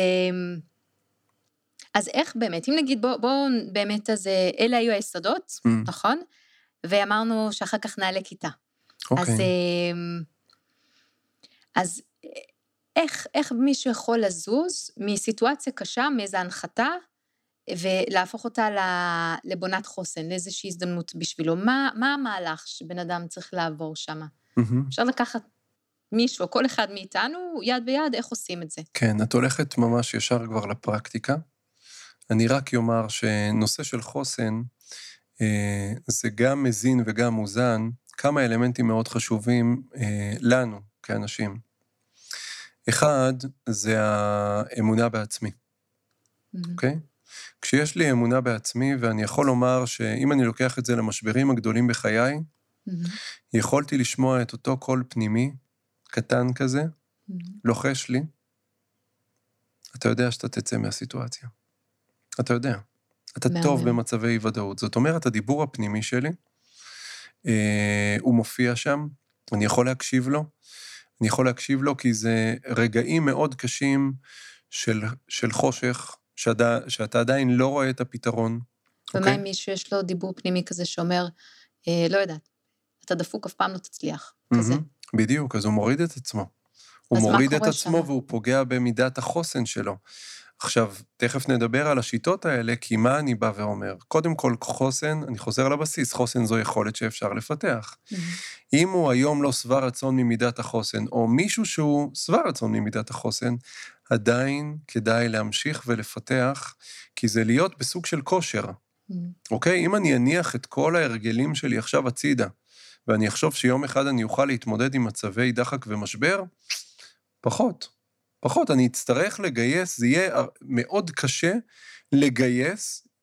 Speaker 1: אז איך באמת, אם נגיד, בוא, בוא באמת, אז אלה היו היסודות, mm. נכון? ואמרנו שאחר כך נעלה כיתה.
Speaker 2: אוקיי.
Speaker 1: אז, אז איך, איך מישהו יכול לזוז מסיטואציה קשה, מאיזו הנחתה, ולהפוך אותה לבונת חוסן, לאיזושהי הזדמנות בשבילו? מה, מה המהלך שבן אדם צריך לעבור שם? Mm-hmm. אפשר לקחת מישהו, כל אחד מאיתנו, יד ביד, איך עושים את זה?
Speaker 2: כן, את הולכת ממש ישר כבר לפרקטיקה. אני רק יאמר שנושא של חוסן, אה, זה גם מזין וגם מוזן, כמה אלמנטים מאוד חשובים אה, לנו כאנשים. אחד, זה האמונה בעצמי. אוקיי? כשיש לי אמונה בעצמי, ואני יכול לומר שאם אני לוקח את זה למשברים הגדולים בחיי, יכולתי לשמוע את אותו קול פנימי, קטן כזה, לוחש לי, אתה יודע שאתה תצא מהסיטואציה. אתה יודע. אתה טוב במצבי אי ודאות. זאת אומרת, הדיבור הפנימי שלי, אה, הוא מופיע שם, אני יכול להקשיב לו, אני יכול להקשיב לו כי זה רגעים מאוד קשים של, של חושך, שאתה, שאתה עדיין לא רואה את הפתרון.
Speaker 1: ומה אם מישהו יש לו דיבור פנימי כזה שאומר, אה, לא יודעת, אתה דפוק, אף פעם לא תצליח, כזה.
Speaker 2: בדיוק, אז הוא מוריד את עצמו. הוא מוריד את עצמו והוא פוגע במידת החוסן שלו. עכשיו, תכף נדבר על השיטות האלה, כי מה אני בא ואומר? קודם כל, חוסן, אני חוזר לבסיס, חוסן זו יכולת שאפשר לפתח. אם הוא היום לא שבע רצון ממידת החוסן, או מישהו שהוא שבע רצון ממידת החוסן, עדיין כדאי להמשיך ולפתח, כי זה להיות בסוג של כושר. אוקיי? אם אני אניח את כל ההרגלים שלי עכשיו הצידה, ואני אחשוב שיום אחד אני אוכל להתמודד עם מצבי דחק ומשבר, פחות, פחות, אני אצטרך לגייס, זה יהיה מאוד קשה לגייס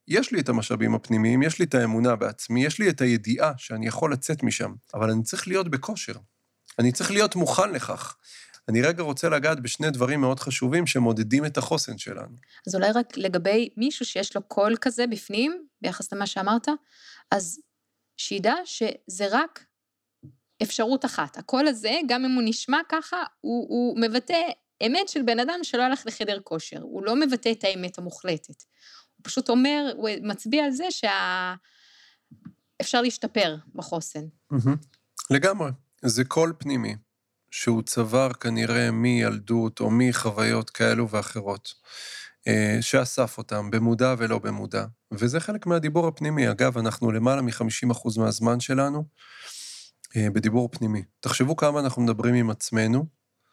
Speaker 2: יש לי את המשאבים הפנימיים, יש לי את האמונה בעצמי, יש לי את הידיעה שאני יכול לצאת משם, אבל אני צריך להיות בכושר. אני צריך להיות מוכן לכך. אני רגע רוצה לגעת בשני דברים מאוד חשובים שמודדים את החוסן שלנו.
Speaker 1: אז אולי רק לגבי מישהו שיש לו קול כזה בפנים, ביחס למה שאמרת, אז שידע שזה רק אפשרות אחת. הקול הזה, גם אם הוא נשמע ככה, הוא, הוא מבטא אמת של בן אדם שלא הלך לחדר כושר. הוא לא מבטא את האמת המוחלטת. הוא פשוט אומר, הוא מצביע על זה שאפשר להשתפר בחוסן.
Speaker 2: לגמרי. זה קול פנימי, שהוא צבר כנראה מילדות או מחוויות כאלו ואחרות, שאסף אותם במודע ולא במודע. וזה חלק מהדיבור הפנימי. אגב, אנחנו למעלה מ-חמישים אחוז מהזמן שלנו בדיבור פנימי. תחשבו כמה אנחנו מדברים עם עצמנו,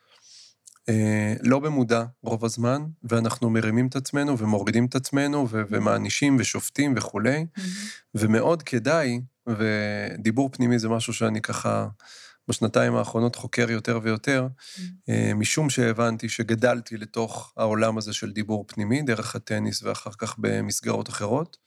Speaker 2: לא במודע רוב הזמן, ואנחנו מרימים את עצמנו ומורידים את עצמנו ו- ומענישים ושופטים וכו'. ומאוד כדאי, ודיבור פנימי זה משהו שאני ככה בשנתיים האחרונות חוקר יותר ויותר, משום שהבנתי שגדלתי לתוך העולם הזה של דיבור פנימי, דרך הטניס ואחר כך במסגרות אחרות,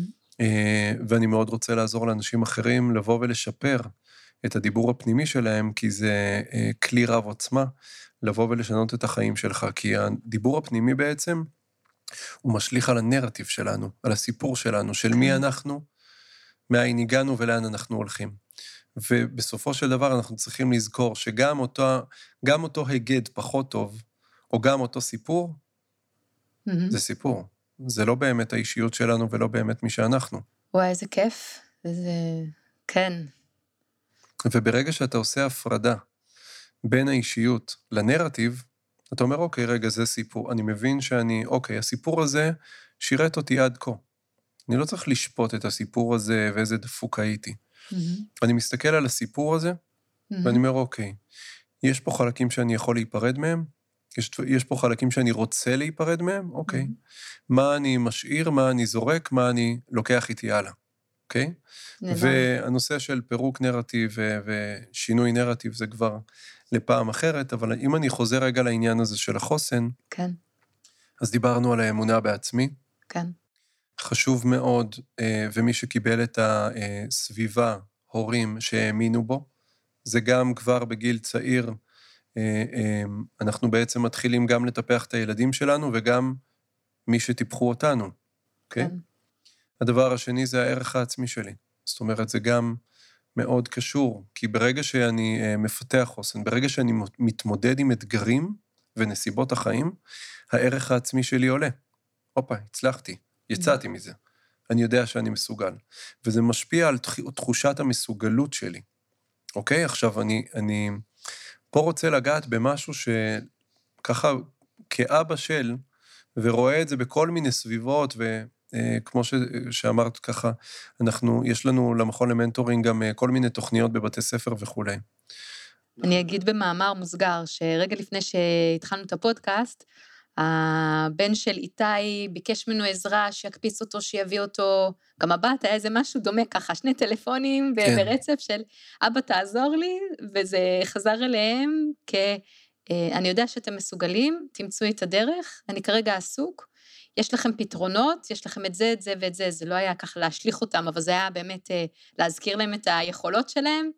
Speaker 2: ואני מאוד רוצה לעזור לאנשים אחרים לבוא ולשפר את הדיבור הפנימי שלהם, כי זה כלי רב עוצמה, לבוא ולשנות את החיים שלך, כי הדיבור הפנימי בעצם, הוא משליך על הנרטיב שלנו, על הסיפור שלנו, של מי אנחנו, מאין הגענו ולאן אנחנו הולכים. ובסופו של דבר אנחנו צריכים לזכור שגם אותו, גם אותו הגד פחות טוב, או גם אותו סיפור, mm-hmm. זה סיפור. זה לא באמת האישיות שלנו ולא באמת מי שאנחנו.
Speaker 1: וואי, איזה כיף. זה... כן.
Speaker 2: וברגע שאתה עושה הפרדה בין האישיות לנרטיב, אתה אומר, אוקיי, רגע, זה סיפור. אני מבין שאני, אוקיי, הסיפור הזה שירת אותי עד כה. אני לא צריך לשפוט את הסיפור הזה ואיזה דפוק הייתי. Mm-hmm. אני מסתכל על הסיפור הזה, mm-hmm. ואני אומר, אוקיי, יש פה חלקים שאני יכול להיפרד מהם, יש, יש פה חלקים שאני רוצה להיפרד מהם, אוקיי. Mm-hmm. מה אני משאיר, מה אני זורק, מה אני לוקח איתי הלאה, אוקיי? נדע. והנושא של פירוק נרטיב ו- ושינוי נרטיב זה כבר לפעם אחרת, אבל אם אני חוזר רגע לעניין הזה של החוסן,
Speaker 1: כן.
Speaker 2: אז דיברנו על האמונה בעצמי.
Speaker 1: כן.
Speaker 2: חשוב מאוד, ומי שקיבל את הסביבה, הורים שהאמינו בו, זה גם כבר בגיל צעיר, אנחנו בעצם מתחילים גם לטפח את הילדים שלנו, וגם מי שטיפחו אותנו, אוקיי? כן. הדבר השני זה הערך העצמי שלי. זאת אומרת, זה גם מאוד קשור, כי ברגע שאני מפתח חוסן, ברגע שאני מתמודד עם אתגרים ונסיבות החיים, הערך העצמי שלי עולה. הופה, הצלחתי. יצאתי מזה. אני יודע שאני מסוגל. וזה משפיע על תחושת המסוגלות שלי. אוקיי? עכשיו, אני, אני פה רוצה לגעת במשהו שככה, כאבא של, ורואה את זה בכל מיני סביבות, וכמו ש, שאמרת ככה, אנחנו, יש לנו למכון למנטורינג גם כל מיני תוכניות בבתי ספר וכו'.
Speaker 1: אני אגיד במאמר מוסגר, שרגע לפני שהתחלנו את הפודקאסט, הבן של איתי ביקש ממנו עזרה, שיקפיץ אותו, שיביא אותו, גם הבת היה איזה משהו דומה ככה, שני טלפונים כן. ברצף של אבא תעזור לי, וזה חזר אליהם, כי אני יודע שאתם מסוגלים, תמצאו את הדרך, אני כרגע עסוק, יש לכם פתרונות, יש לכם את זה, את זה ואת זה, זה לא היה ככה להשליך אותם, אבל זה היה באמת להזכיר להם את היכולות שלהם,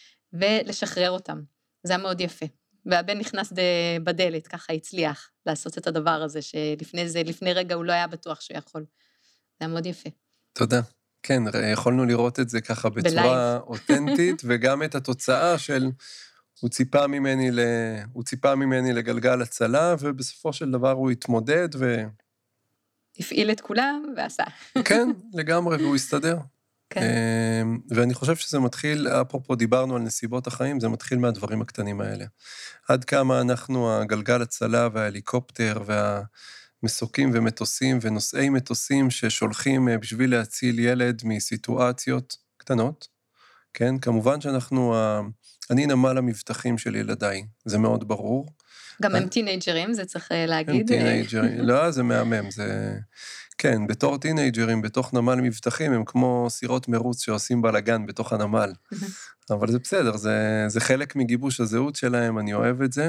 Speaker 1: ולשחרר אותם, זה היה מאוד יפה. והבן נכנס בדלת, ככה הצליח לעשות את הדבר הזה, שלפני זה, לפני רגע הוא לא היה בטוח שהוא יכול. זה היה מאוד יפה.
Speaker 2: תודה. כן, יכולנו לראות את זה ככה בצורה אותנטית, וגם את התוצאה של, הוא ציפה ממני, ל... הוא ציפה ממני לגלגל הצלה, ובסופו של דבר הוא התמודד ו...
Speaker 1: הפעיל את כולם ועשה.
Speaker 2: כן, לגמרי, והוא הסתדר.
Speaker 1: כן.
Speaker 2: ואני חושב שזה מתחיל, אפרופו דיברנו על נסיבות החיים, זה מתחיל מהדברים הקטנים האלה. עד כמה אנחנו, הגלגל הצלה וההליקופטר והמסוקים ומטוסים ונושאי מטוסים ששולחים בשביל להציל ילד מסיטואציות קטנות, כן? כמובן שאנחנו, אני נמל המבטחים של ילדיי, זה מאוד ברור.
Speaker 1: גם הם טינג'רים, זה צריך להגיד.
Speaker 2: הם טינג'רים, לא, זה מהמם, זה... כן, בתור טינג'רים, בתוך נמל מבטחים, הם כמו סירות מרוץ שעושים בלגן בתוך הנמל. אבל זה בסדר, זה, זה חלק מגיבוש הזהות שלהם, אני אוהב את זה.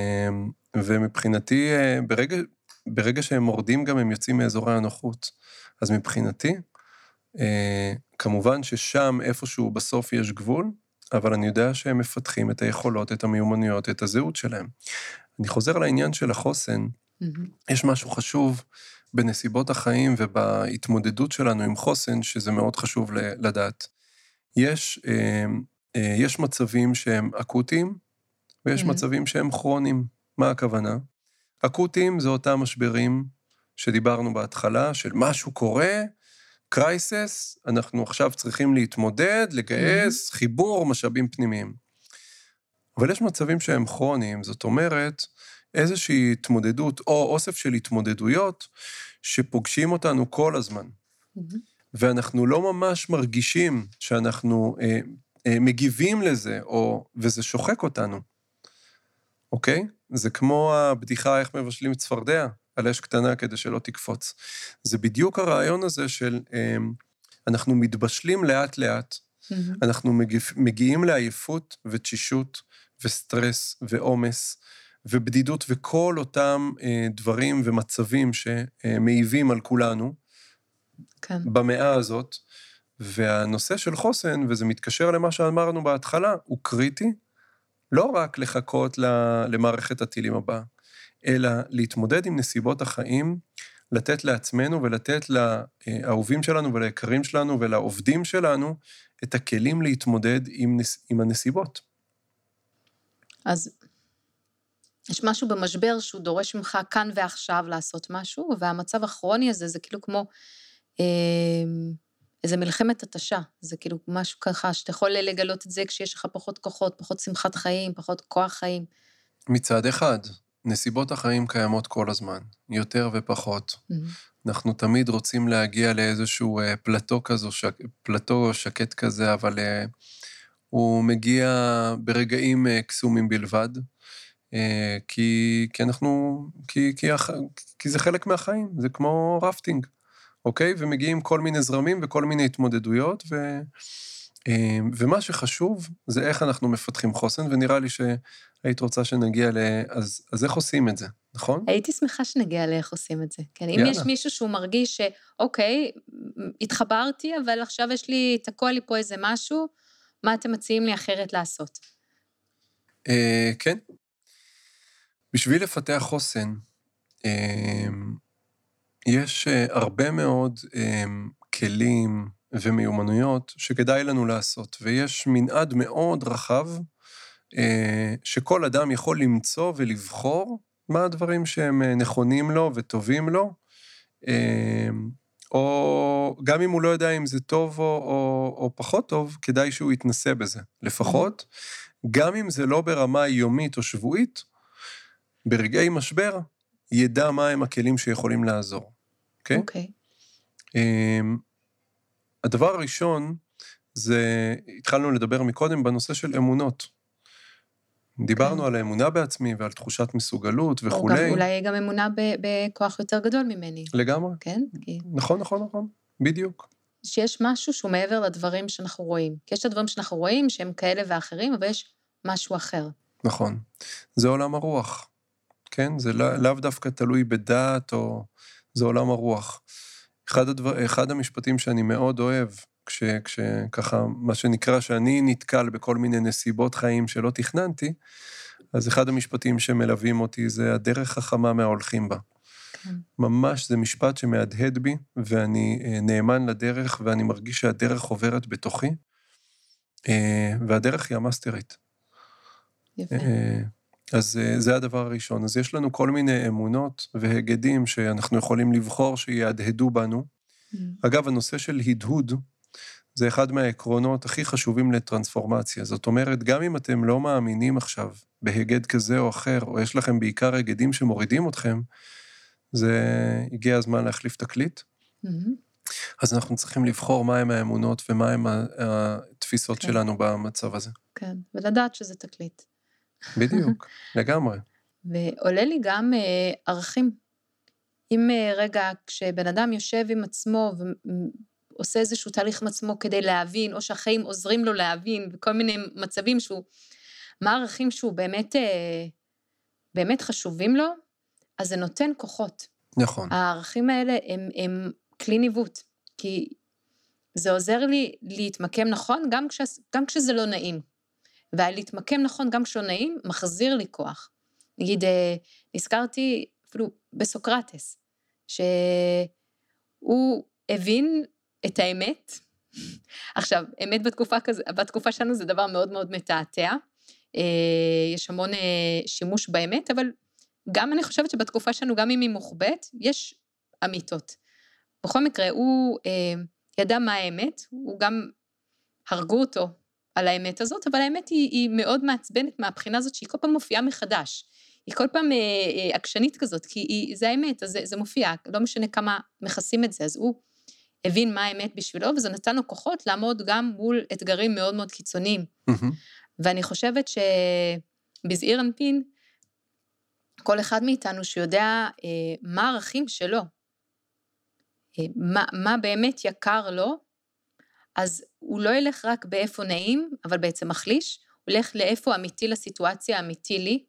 Speaker 2: ומבחינתי, ברגע, ברגע שהם מורדים גם, הם יוצאים מאזורי הנוחות. אז מבחינתי, אה, כמובן ששם איפשהו בסוף יש גבול, אבל אני יודע שהם מפתחים את היכולות, את המיומנויות, את הזהות שלהם. אני חוזר לעניין של החוסן, יש משהו חשוב בנסיבות החיים ובהתמודדות שלנו עם חוסן, שזה מאוד חשוב לדעת. יש, יש מצבים שהם אקוטיים, ויש מצבים שהם כרוניים. מה הכוונה? אקוטיים זה אותם משברים שדיברנו בהתחלה, של משהו קורה, קרייסס, אנחנו עכשיו צריכים להתמודד, לגייס, חיבור, משאבים פנימיים. אבל יש מצבים שהם כרוניים, זאת אומרת, איזושהי התמודדות, או אוסף של התמודדויות, שפוגשים אותנו כל הזמן. ואנחנו לא ממש מרגישים שאנחנו אה, אה, מגיבים לזה, או, וזה שוחק אותנו. אוקיי? זה כמו הבדיחה איך מבשלים צפרדע, על אש קטנה כדי שלא תקפוץ. זה בדיוק הרעיון הזה של, אה, אנחנו מתבשלים לאט לאט, אנחנו מגיע, מגיעים לעייפות ותשישות, וסטרס ועומס, ובדידות, וכל אותם אה, דברים ומצבים שמעיבים על כולנו,
Speaker 1: כן.
Speaker 2: במאה הזאת, והנושא של חוסן, וזה מתקשר למה שאמרנו בהתחלה, הוא קריטי, לא רק לחכות למערכת הטילים הבאה, אלא להתמודד עם נסיבות החיים, לתת לעצמנו ולתת לאהובים שלנו וליקרים שלנו ולעובדים שלנו, את הכלים להתמודד עם, עם הנסיבות.
Speaker 1: אז יש משהו במשבר שהוא דורש ממך כאן ועכשיו לעשות משהו, והמצב הכרוני הזה זה כאילו כמו אה, איזה מלחמת התשה, זה כאילו משהו ככה שאתה יכול לגלות את זה כשיש לך פחות כוחות, פחות שמחת חיים, פחות כוח חיים.
Speaker 2: מצד אחד, נסיבות החיים קיימות כל הזמן, יותר ופחות. Mm-hmm. אנחנו תמיד רוצים להגיע לאיזשהו פלטו כזו, שק, פלטו שקט כזה, אבל הוא מגיע ברגעים קסומים בלבד, כי, כי אנחנו, כי, כי, כי זה חלק מהחיים, זה כמו רפטינג, אוקיי? ומגיעים כל מיני זרמים וכל מיני התמודדויות, ו, ומה שחשוב זה איך אנחנו מפתחים חוסן, ונראה לי שהיית רוצה שנגיע ל... אז, אז איך עושים את זה, נכון?
Speaker 1: הייתי שמחה שנגיע לאיך עושים את זה. כן, אם יש מישהו שהוא מרגיש שאוקיי, התחברתי, אבל עכשיו יש לי, תקוע לי פה איזה משהו, מה אתם מציעים לי אחרת לעשות?
Speaker 2: אה, כן. בשביל לפתח חוסן, אה, יש הרבה מאוד אה, כלים ומיומנויות שכדאי לנו לעשות, ויש מנעד מאוד רחב, אה, שכל אדם יכול למצוא ולבחור מה הדברים שהם נכונים לו וטובים לו, אה, או גם אם הוא לא יודע אם זה טוב או, או, או פחות טוב, כדאי שהוא יתנסה בזה. לפחות, גם אם זה לא ברמה יומית או שבועית, ברגעי משבר, ידע מה הם הכלים שיכולים לעזור. אוקיי?
Speaker 1: אוקיי.
Speaker 2: הדבר הראשון, זה, התחלנו לדבר מקודם בנושא של אמונות. דיברנו על האמונה בעצמי ועל תחושת מסוגלות וכו'.
Speaker 1: אולי גם אמונה בכוח יותר גדול ממני.
Speaker 2: לגמרי.
Speaker 1: כן?
Speaker 2: נכון, נכון, נכון. בדיוק.
Speaker 1: שיש משהו שהוא מעבר לדברים שאנחנו רואים. כי יש את הדברים שאנחנו רואים שהם כאלה ואחרים, אבל יש משהו אחר.
Speaker 2: נכון. זה עולם הרוח. כן? זה לא, לאו דווקא תלוי בדעת או... זה עולם הרוח. אחד, הדבר, אחד המשפטים שאני מאוד אוהב, כש, כשככה, מה שנקרא שאני נתקל בכל מיני נסיבות חיים שלא תכננתי, אז אחד המשפטים שמלווים אותי זה הדרך חכמה מההולכים בה. כן. ממש זה משפט שמהדהד בי, ואני נאמן לדרך, ואני מרגיש שהדרך עוברת בתוכי, והדרך היא המאסטרית.
Speaker 1: יפה.
Speaker 2: אז זה הדבר הראשון. אז יש לנו כל מיני אמונות והגדים שאנחנו יכולים לבחור שיהדהדו בנו. Mm. אגב, הנושא של הדהוד, זה אחד מהעקרונות הכי חשובים לטרנספורמציה. זאת אומרת, גם אם אתם לא מאמינים עכשיו בהגד כזה או אחר, או יש לכם בעיקר הגדים שמורידים אתכם, זה הגיע הזמן להחליף תקליט. Mm-hmm. אז אנחנו צריכים לבחור מהם האמונות ומהם התפיסות כן. שלנו במצב הזה.
Speaker 1: כן, ולדעת שזה תקליט.
Speaker 2: בדיוק, לגמרי.
Speaker 1: ועולה לי גם אה, ערכים. אם אה, רגע, כשבן אדם יושב עם עצמו ועושה איזשהו תהליך עם עצמו כדי להבין, או שהחיים עוזרים לו להבין, וכל מיני מצבים שהוא, מה הערכים שהוא באמת, אה, באמת חשובים לו, אז זה נותן כוחות.
Speaker 2: נכון.
Speaker 1: הערכים האלה הם, הם כלי ניווט, כי זה עוזר לי להתמקם נכון, גם, כש, גם כשזה לא נעים. ולהתמקם נכון גם כשלא נעים, מחזיר לי כוח. נגיד, נזכרתי אפילו בסוקרטס, שהוא הבין את האמת. עכשיו, אמת בתקופה, כזה, בתקופה שלנו זה דבר מאוד מאוד מתעתע, יש המון שימוש באמת, אבל גם אני חושבת שבתקופה שלנו, גם אם היא מוחבאת, יש אמיתות. בכל מקרה, הוא ידע מה האמת, הוא גם הרגו אותו על האמת הזאת, אבל האמת היא, היא מאוד מעצבנת מהבחינה הזאת, שהיא כל פעם מופיעה מחדש. היא כל פעם עקשנית כזאת, כי היא, זה האמת, אז זה, זה מופיע, לא משנה כמה מכסים את זה, אז הוא הבין מה האמת בשבילו, וזה נתן לו כוחות לעמוד גם מול אתגרים מאוד מאוד קיצוניים. Mm-hmm. ואני חושבת שבזעיר אנפין, כל אחד מאיתנו שיודע אה, מה הערכים שלו, אה, מה, מה באמת יקר לו, אז הוא לא ילך רק באיפה נעים, אבל בעצם מחליש, הוא ילך לאיפה אמיתי לסיטואציה, אמיתי לי,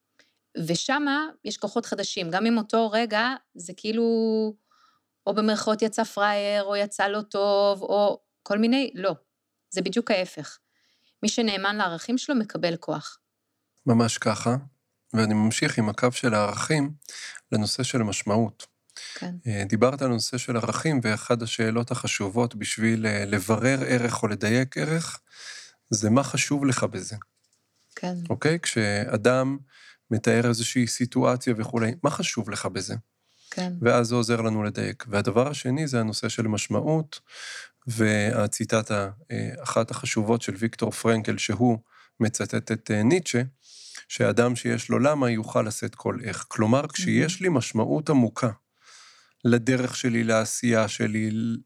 Speaker 1: ושמה יש כוחות חדשים, גם אם אותו רגע זה כאילו, או במרכאות יצא פרייר, או יצא לא טוב, או כל מיני, לא, זה בדיוק ההפך. מי שנאמן לערכים שלו מקבל כוח.
Speaker 2: ממש ככה, ואני ממשיך עם הקו של הערכים לנושא של משמעות.
Speaker 1: כן.
Speaker 2: דיברת על נושא של ערכים, ואחד השאלות החשובות בשביל לברר ערך או לדייק ערך, זה מה חשוב לך בזה.
Speaker 1: כן.
Speaker 2: אוקיי? כשאדם מתאר איזושהי סיטואציה וכולי, מה חשוב לך בזה?
Speaker 1: כן.
Speaker 2: ואז זה עוזר לנו לדייק. והדבר השני זה הנושא של משמעות, והציטטה, אחת החשובות של ויקטור פרנקל, שהוא מצטט את ניטשה, שאדם שיש לו למה יוכל לשאת כל איך. כלומר, כשיש לי משמעות עמוקה, לדרך שלי, לעשייה שלי,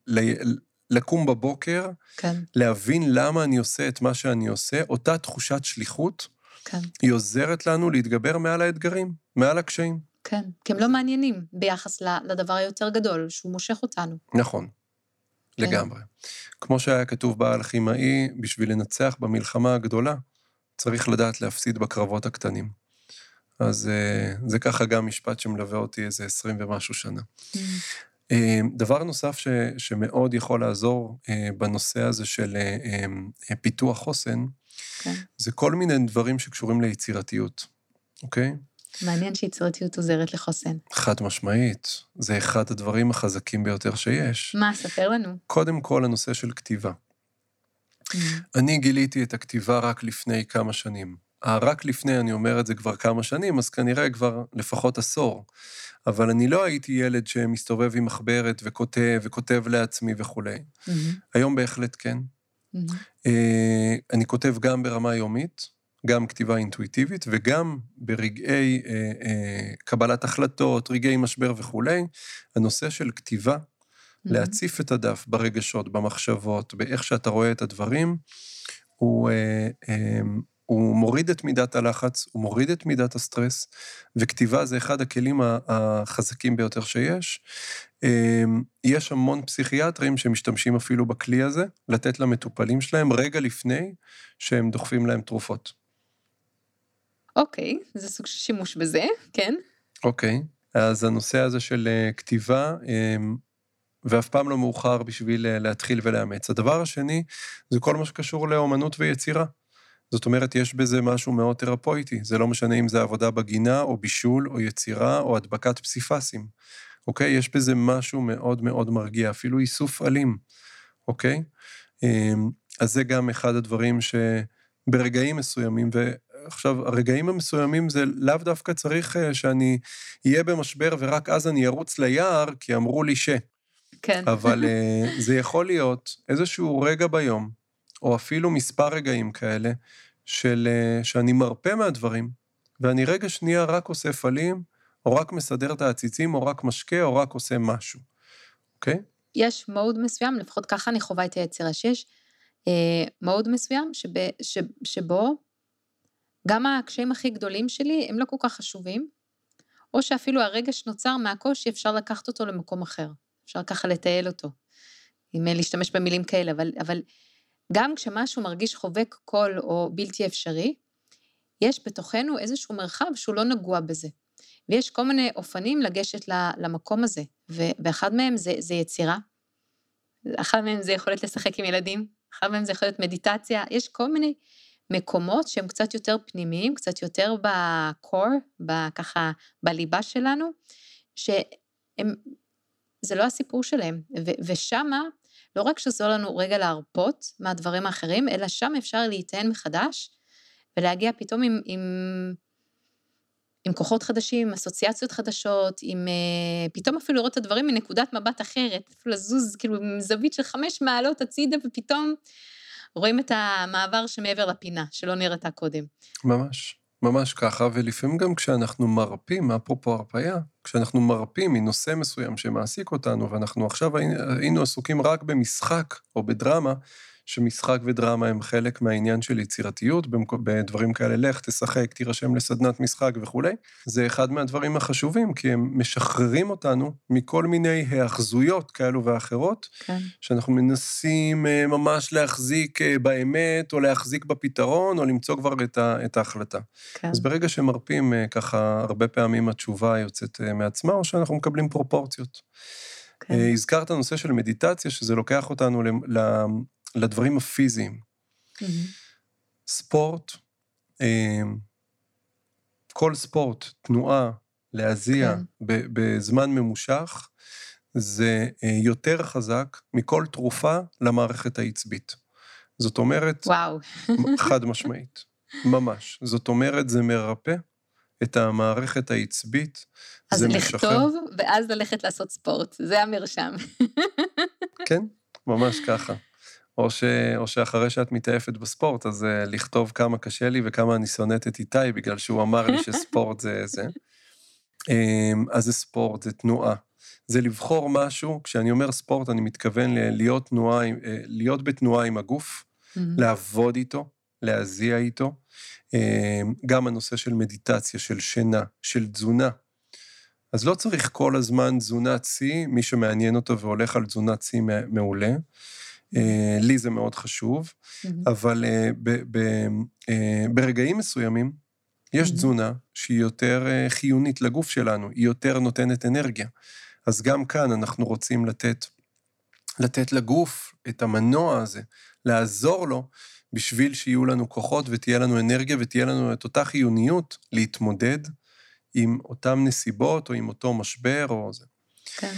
Speaker 2: לקום בבוקר,
Speaker 1: כן.
Speaker 2: להבין למה אני עושה את מה שאני עושה, אותה תחושת שליחות,
Speaker 1: כן.
Speaker 2: היא עוזרת לנו להתגבר מעל האתגרים, מעל הקשיים.
Speaker 1: כן, כי הם לא מעניינים ביחס לדבר היותר גדול, שהוא מושך אותנו.
Speaker 2: נכון, כן. לגמרי. כמו שהיה כתוב באלכימאי, בשביל לנצח במלחמה הגדולה, צריך לדעת להפסיד בקרבות הקטנים. אז זה ככה גם משפט שמלווה אותי איזה עשרים ומשהו שנה. Mm. דבר נוסף ש, שמאוד יכול לעזור בנושא הזה של פיתוח חוסן, okay. זה כל מיני דברים שקשורים ליצירתיות, אוקיי?
Speaker 1: מעניין שיצירתיות עוזרת לחוסן.
Speaker 2: חד משמעית, זה אחד הדברים החזקים ביותר שיש.
Speaker 1: מה, ספר לנו.
Speaker 2: קודם כל הנושא של כתיבה. Mm. אני גיליתי את הכתיבה רק לפני כמה שנים. רק לפני, אני אומר את זה כבר כמה שנים, אז כנראה כבר לפחות עשור. אבל אני לא הייתי ילד שמסתובב עם מחברת וכותב, וכותב לעצמי וכו'. Mm-hmm. היום בהחלט כן. Mm-hmm. אני כותב גם ברמה יומית, גם כתיבה אינטואיטיבית, וגם ברגעי קבלת החלטות, רגעי משבר וכו'. הנושא של כתיבה, mm-hmm. להציף את הדף ברגשות, במחשבות, באיך שאתה רואה את הדברים, הוא... הוא מוריד את מידת הלחץ, הוא מוריד את מידת הסטרס, וכתיבה זה אחד הכלים החזקים ביותר שיש. יש המון פסיכיאטרים שמשתמשים אפילו בכלי הזה, לתת למטופלים שלהם רגע לפני שהם דוחפים להם תרופות.
Speaker 1: אוקיי, זה סוג של שימוש בזה, כן?
Speaker 2: אוקיי, אז הנושא הזה של כתיבה, ואף פעם לא מאוחר בשביל להתחיל ולאמץ. הדבר השני, זה כל מה שקשור לאומנות ויצירה. זאת אומרת, יש בזה משהו מאוד תרפויטי, זה לא משנה אם זה עבודה בגינה, או בישול, או יצירה, או הדבקת פסיפסים, אוקיי? יש בזה משהו מאוד מאוד מרגיע, אפילו איסוף עלים, אוקיי? אז זה גם אחד הדברים שברגעים מסוימים, ועכשיו, הרגעים המסוימים זה לאו דווקא צריך שאני אהיה במשבר, ורק אז אני ארוץ ליער, כי אמרו לי ש...
Speaker 1: כן.
Speaker 2: אבל זה יכול להיות איזשהו רגע ביום, או אפילו מספר רגעים כאלה, של, שאני מרפא מהדברים, ואני רגע שנייה רק עושה פלים, או רק מסדר את העציצים, או רק משקה, או רק עושה משהו. אוקיי?
Speaker 1: יש מוד מסוים, לפחות ככה אני חווה את היצירה, שיש אה, מוד מסוים, שב, ש, שבו גם הקשיים הכי גדולים שלי, הם לא כל כך חשובים, או שאפילו הרגע שנוצר מהקושי, אפשר לקחת אותו למקום אחר. אפשר ככה לטייל אותו, אם להשתמש במילים כאלה, אבל... אבל גם כשמשהו מרגיש חובק קול או בלתי אפשרי, יש בתוכנו איזשהו מרחב שהוא לא נגוע בזה. ויש כל מיני אופנים לגשת למקום הזה, ואחד מהם זה, זה יצירה, אחד מהם זה יכולת לשחק עם ילדים, אחד מהם זה יכול להיות מדיטציה, יש כל מיני מקומות שהם קצת יותר פנימיים, קצת יותר בקור, ככה בליבה שלנו, שהם, זה לא הסיפור שלהם, ו- ושמה, לא רק שזו לנו רגע להרפות מהדברים האחרים, אלא שם אפשר להיטען מחדש, ולהגיע פתאום עם, עם, עם כוחות חדשים, אסוציאציות חדשות, עם, פתאום אפילו לראות את הדברים מנקודת מבט אחרת, אפילו לזוז כאילו עם זווית של חמש מעלות הצידה, ופתאום רואים את המעבר שמעבר לפינה, שלא נראתה קודם.
Speaker 2: ממש, ממש ככה, ולפעמים גם כשאנחנו מרפים, אפרופו הרפאיה, כשאנחנו מרפים מנושא מסוים שמעסיק אותנו, ואנחנו עכשיו היינו עסוקים רק במשחק או בדרמה, שמשחק ודרמה הם חלק מהעניין של יצירתיות, בדברים כאלה, לך, תשחק, תירשם לסדנת משחק וכו'. זה אחד מהדברים החשובים, כי הם משחררים אותנו מכל מיני האחזויות כאלו ואחרות,
Speaker 1: כן.
Speaker 2: שאנחנו מנסים ממש להחזיק באמת, או להחזיק בפתרון, או למצוא כבר את, ה, את ההחלטה. כן. אז ברגע שמרפים, ככה, הרבה פעמים התשובה יוצאת מעצמה, או שאנחנו מקבלים פרופורציות. כן. הזכרת הנושא של מדיטציה, שזה לוקח אותנו ל... לדברים הפיזיים. Mm-hmm. ספורט, כל ספורט, תנועה, להזיע כן. בזמן ממושך, זה יותר חזק מכל תרופה למערכת העצבית. זאת אומרת,
Speaker 1: וואו.
Speaker 2: חד משמעית, ממש. זאת אומרת, זה מרפא את המערכת העצבית,
Speaker 1: אז
Speaker 2: זה
Speaker 1: לכתוב, משחרר. ואז ללכת לעשות ספורט, זה המרשם.
Speaker 2: כן, ממש ככה. או, ש, או שאחרי שאת מתעפת בספורט, אז uh, לכתוב כמה קשה לי וכמה אני שונאת את איתי, בגלל שהוא אמר לי שספורט זה זה. Um, אז זה ספורט, זה תנועה. זה לבחור משהו, כשאני אומר ספורט, אני מתכוון להיות, תנועה, להיות בתנועה עם הגוף, mm-hmm. לעבוד איתו, להזיע איתו. Um, גם הנושא של מדיטציה, של שינה, של תזונה. אז לא צריך כל הזמן תזונת צי, מי שמעניין אותו והולך על תזונת צי מעולה, לי זה מאוד חשוב, אבל ברגעים מסוימים, יש תזונה שהיא יותר חיונית לגוף שלנו, היא יותר נותנת אנרגיה. אז גם כאן אנחנו רוצים לתת, לתת לגוף את המנוע הזה, לעזור לו, בשביל שיהיו לנו כוחות ותהיה לנו אנרגיה ותהיה לנו את אותה חיוניות להתמודד עם אותם נסיבות או עם אותו משבר או זה.
Speaker 1: כן.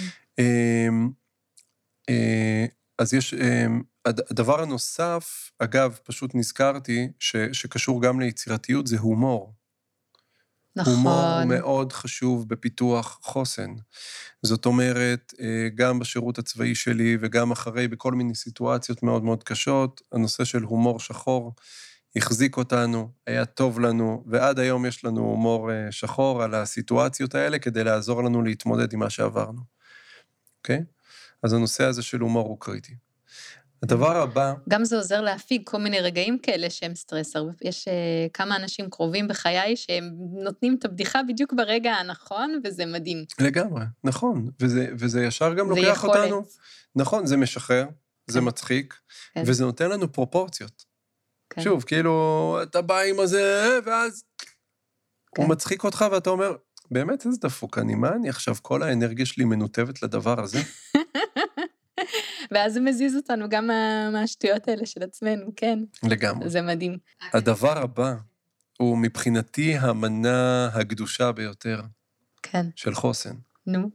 Speaker 2: אז יש, הדבר הנוסף, אגב, פשוט נזכרתי, ש, שקשור גם ליצירתיות, זה הומור.
Speaker 1: נכון.
Speaker 2: הומור מאוד חשוב בפיתוח חוסן. זאת אומרת, גם בשירות הצבאי שלי, וגם אחרי, בכל מיני סיטואציות מאוד מאוד קשות, הנושא של הומור שחור, החזיק אותנו, היה טוב לנו, ועד היום יש לנו הומור שחור על הסיטואציות האלה, כדי לעזור לנו להתמודד עם מה שעברנו. אוקיי? אז הנושא הזה של הומור הוא קריטי. הדבר הבא...
Speaker 1: גם זה עוזר להפיג כל מיני רגעים כאלה שהם סטרסר. יש uh, כמה אנשים קרובים בחיי שהם נותנים את הבדיחה בדיוק ברגע הנכון, וזה מדהים.
Speaker 2: לגמרי, נכון. וזה, וזה ישר גם לוקח
Speaker 1: יכולת.
Speaker 2: אותנו. נכון, זה משחרר, כן. זה מצחיק, כן. וזה נותן לנו פרופורציות. כן. שוב, כאילו, אתה בא עם הזה, ואז כן. הוא מצחיק אותך, ואתה אומר, באמת איזה דפוק, אני מה אני עכשיו, כל האנרגיה שלי מנותבת לדבר הזה?
Speaker 1: ואז זה מזיז אותנו גם מהשטויות האלה של עצמנו, כן.
Speaker 2: לגמרי.
Speaker 1: זה מדהים.
Speaker 2: הדבר הבא הוא מבחינתי המנה הקדושה ביותר.
Speaker 1: כן.
Speaker 2: של חוסן.
Speaker 1: נו.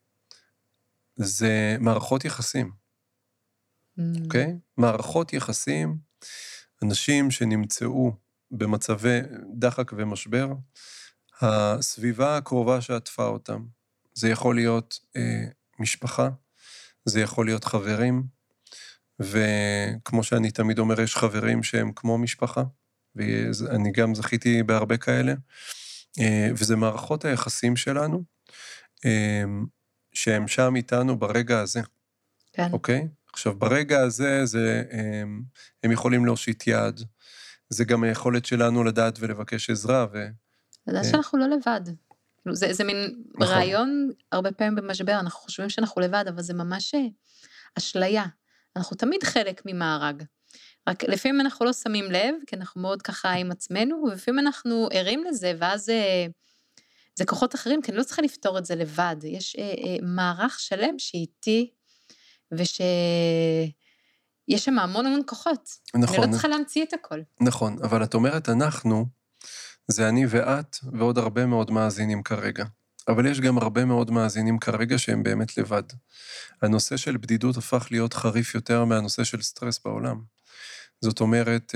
Speaker 2: זה מערכות יחסים. אוקיי? Mm. Okay? מערכות יחסים, אנשים שנמצאו במצבי דחק ומשבר, הסביבה הקרובה שעטפה אותם, זה יכול להיות אה, משפחה, זה יכול להיות חברים, וכמו שאני תמיד אומר, יש חברים שהם כמו משפחה, ואני גם זכיתי בהרבה כאלה, וזה מערכות היחסים שלנו, שהם שם איתנו ברגע הזה.
Speaker 1: כן.
Speaker 2: אוקיי? עכשיו, ברגע הזה, זה, הם יכולים להושיט יד, זה גם היכולת שלנו לדעת ולבקש עזרה, ו...
Speaker 1: לדעת שאנחנו לא לבד. זה, זה מין נכון. רעיון, הרבה פעמים במשבר, אנחנו חושבים שאנחנו לבד, אבל זה ממש אשליה. אנחנו תמיד חלק ממארג. רק לפעמים אנחנו לא שמים לב, כי אנחנו מאוד ככה עם עצמנו, ולפעמים אנחנו ערים לזה, ואז זה, זה כוחות אחרים, כי אני לא צריכה לפתור את זה לבד, יש אה, אה, מערך שלם שאיתי, וש... יש שם המון המון כוחות. נכון. אני לא צריכה להמציא את הכל.
Speaker 2: נכון, אבל את אומרת אנחנו, זה אני ואת ועוד הרבה מאוד מאזינים כרגע. אבל יש גם הרבה מאוד מאזינים כרגע שהם באמת לבד. הנושא של בדידות הפך להיות חריף יותר מהנושא של סטרס בעולם. זאת אומרת,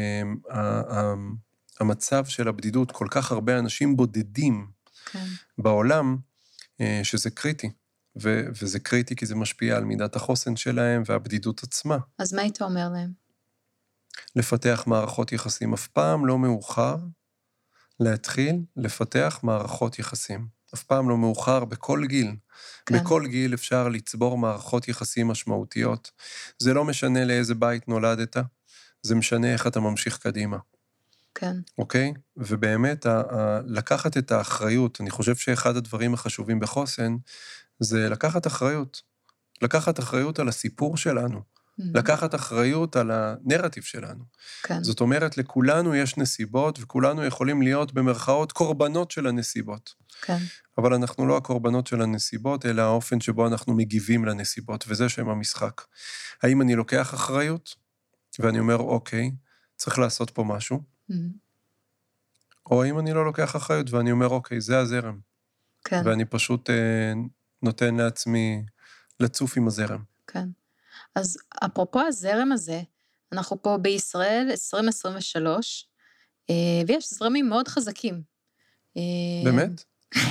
Speaker 2: המצב של הבדידות, כל כך הרבה אנשים בודדים
Speaker 1: כן.
Speaker 2: בעולם, שזה קריטי. ו- וזה קריטי כי זה משפיע על מידת החוסן שלהם והבדידות עצמה.
Speaker 1: אז מה היית אומר להם?
Speaker 2: לפתח מערכות יחסים. אף פעם לא מאוחר להתחיל לפתח מערכות יחסים. אף פעם לא מאוחר בכל גיל. כן. בכל גיל אפשר לצבור מערכות יחסים משמעותיות. זה לא משנה לאיזה בית נולדת, זה משנה איך אתה ממשיך קדימה.
Speaker 1: כן.
Speaker 2: אוקיי? ובאמת, ה- ה- לקחת את האחריות, אני חושב שאחד הדברים החשובים בחוסן, זה לקחת אחריות. לקחת אחריות על הסיפור שלנו. Mm-hmm. לקחת אחריות על הנרטיב שלנו.
Speaker 1: כן.
Speaker 2: זאת אומרת, לכולנו יש נסיבות, וכולנו יכולים להיות במרכאות קורבנות של הנסיבות.
Speaker 1: כן.
Speaker 2: אבל אנחנו לא הקורבנות של הנסיבות, אלא האופן שבו אנחנו מגיבים לנסיבות, וזה שם המשחק. האם אני לוקח אחריות, ואני אומר, אוקיי, צריך לעשות פה משהו, mm-hmm. או האם אני לא לוקח אחריות, ואני אומר, אוקיי, זה הזרם.
Speaker 1: כן.
Speaker 2: ואני פשוט אה, נותן לעצמי לצוף עם הזרם.
Speaker 1: כן. אז אפרופו הזרם הזה, אנחנו פה בישראל עשרים עשרים ושלוש, אה, ויש זרמים מאוד חזקים. אה,
Speaker 2: באמת?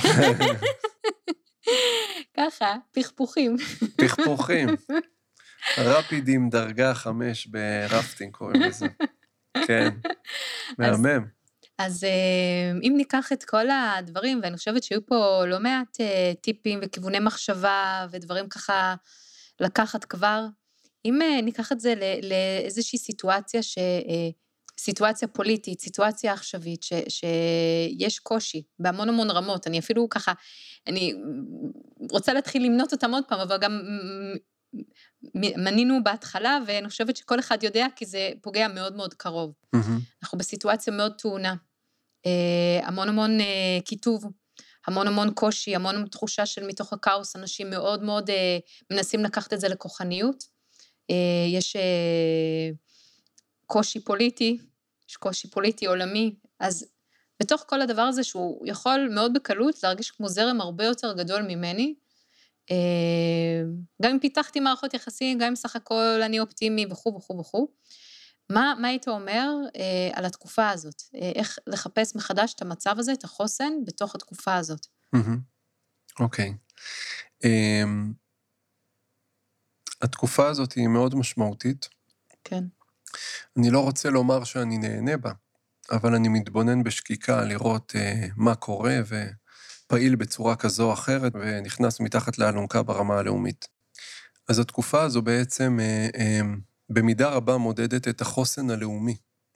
Speaker 1: ככה, פכפוכים.
Speaker 2: פכפוכים. רפידים דרגה חמש ברפטינג, קוראים לזה. כן, מהמם.
Speaker 1: אז אם ניקח את כל הדברים, ואני חושבת שהיו פה לא מעט טיפים וכיווני מחשבה ודברים ככה לקחת כבר, אם ניקח את זה לאיזושהי סיטואציה, ש... סיטואציה פוליטית, סיטואציה עכשווית, ש... שיש קושי בהמון המון רמות, אני אפילו ככה, אני רוצה להתחיל למנות אותם עוד פעם, אבל גם מנינו בהתחלה, ואני חושבת שכל אחד יודע, כי זה פוגע מאוד מאוד קרוב. Mm-hmm. אנחנו בסיטואציה מאוד טעונה, המון המון כיתוב, המון המון קושי, המון תחושה של מתוך הקאוס, אנשים מאוד מאוד מנסים לקחת את זה לכוחניות, יש קושי פוליטי, יש קושי פוליטי עולמי, אז בתוך כל הדבר הזה שהוא יכול מאוד בקלות להרגיש כמו זרם הרבה יותר גדול ממני, גם אם פיתחתי מערכות יחסים, גם אם סך הכל אני אופטימי וכו' וכו' וכו', מה, מה היית אומר אה, על התקופה הזאת? אה, איך לחפש מחדש את המצב הזה, את החוסן, בתוך התקופה הזאת?
Speaker 2: אוקיי. Mm-hmm. Okay. Um, התקופה הזאת היא מאוד משמעותית.
Speaker 1: כן.
Speaker 2: אני לא רוצה לומר שאני נהנה בה, אבל אני מתבונן בשקיקה לראות uh, מה קורה ופעיל בצורה כזו או אחרת, ונכנס מתחת לאלונקה ברמה הלאומית. אז התקופה הזו בעצם... Uh, uh, במידה רבה מודדת את החוסן הלאומי.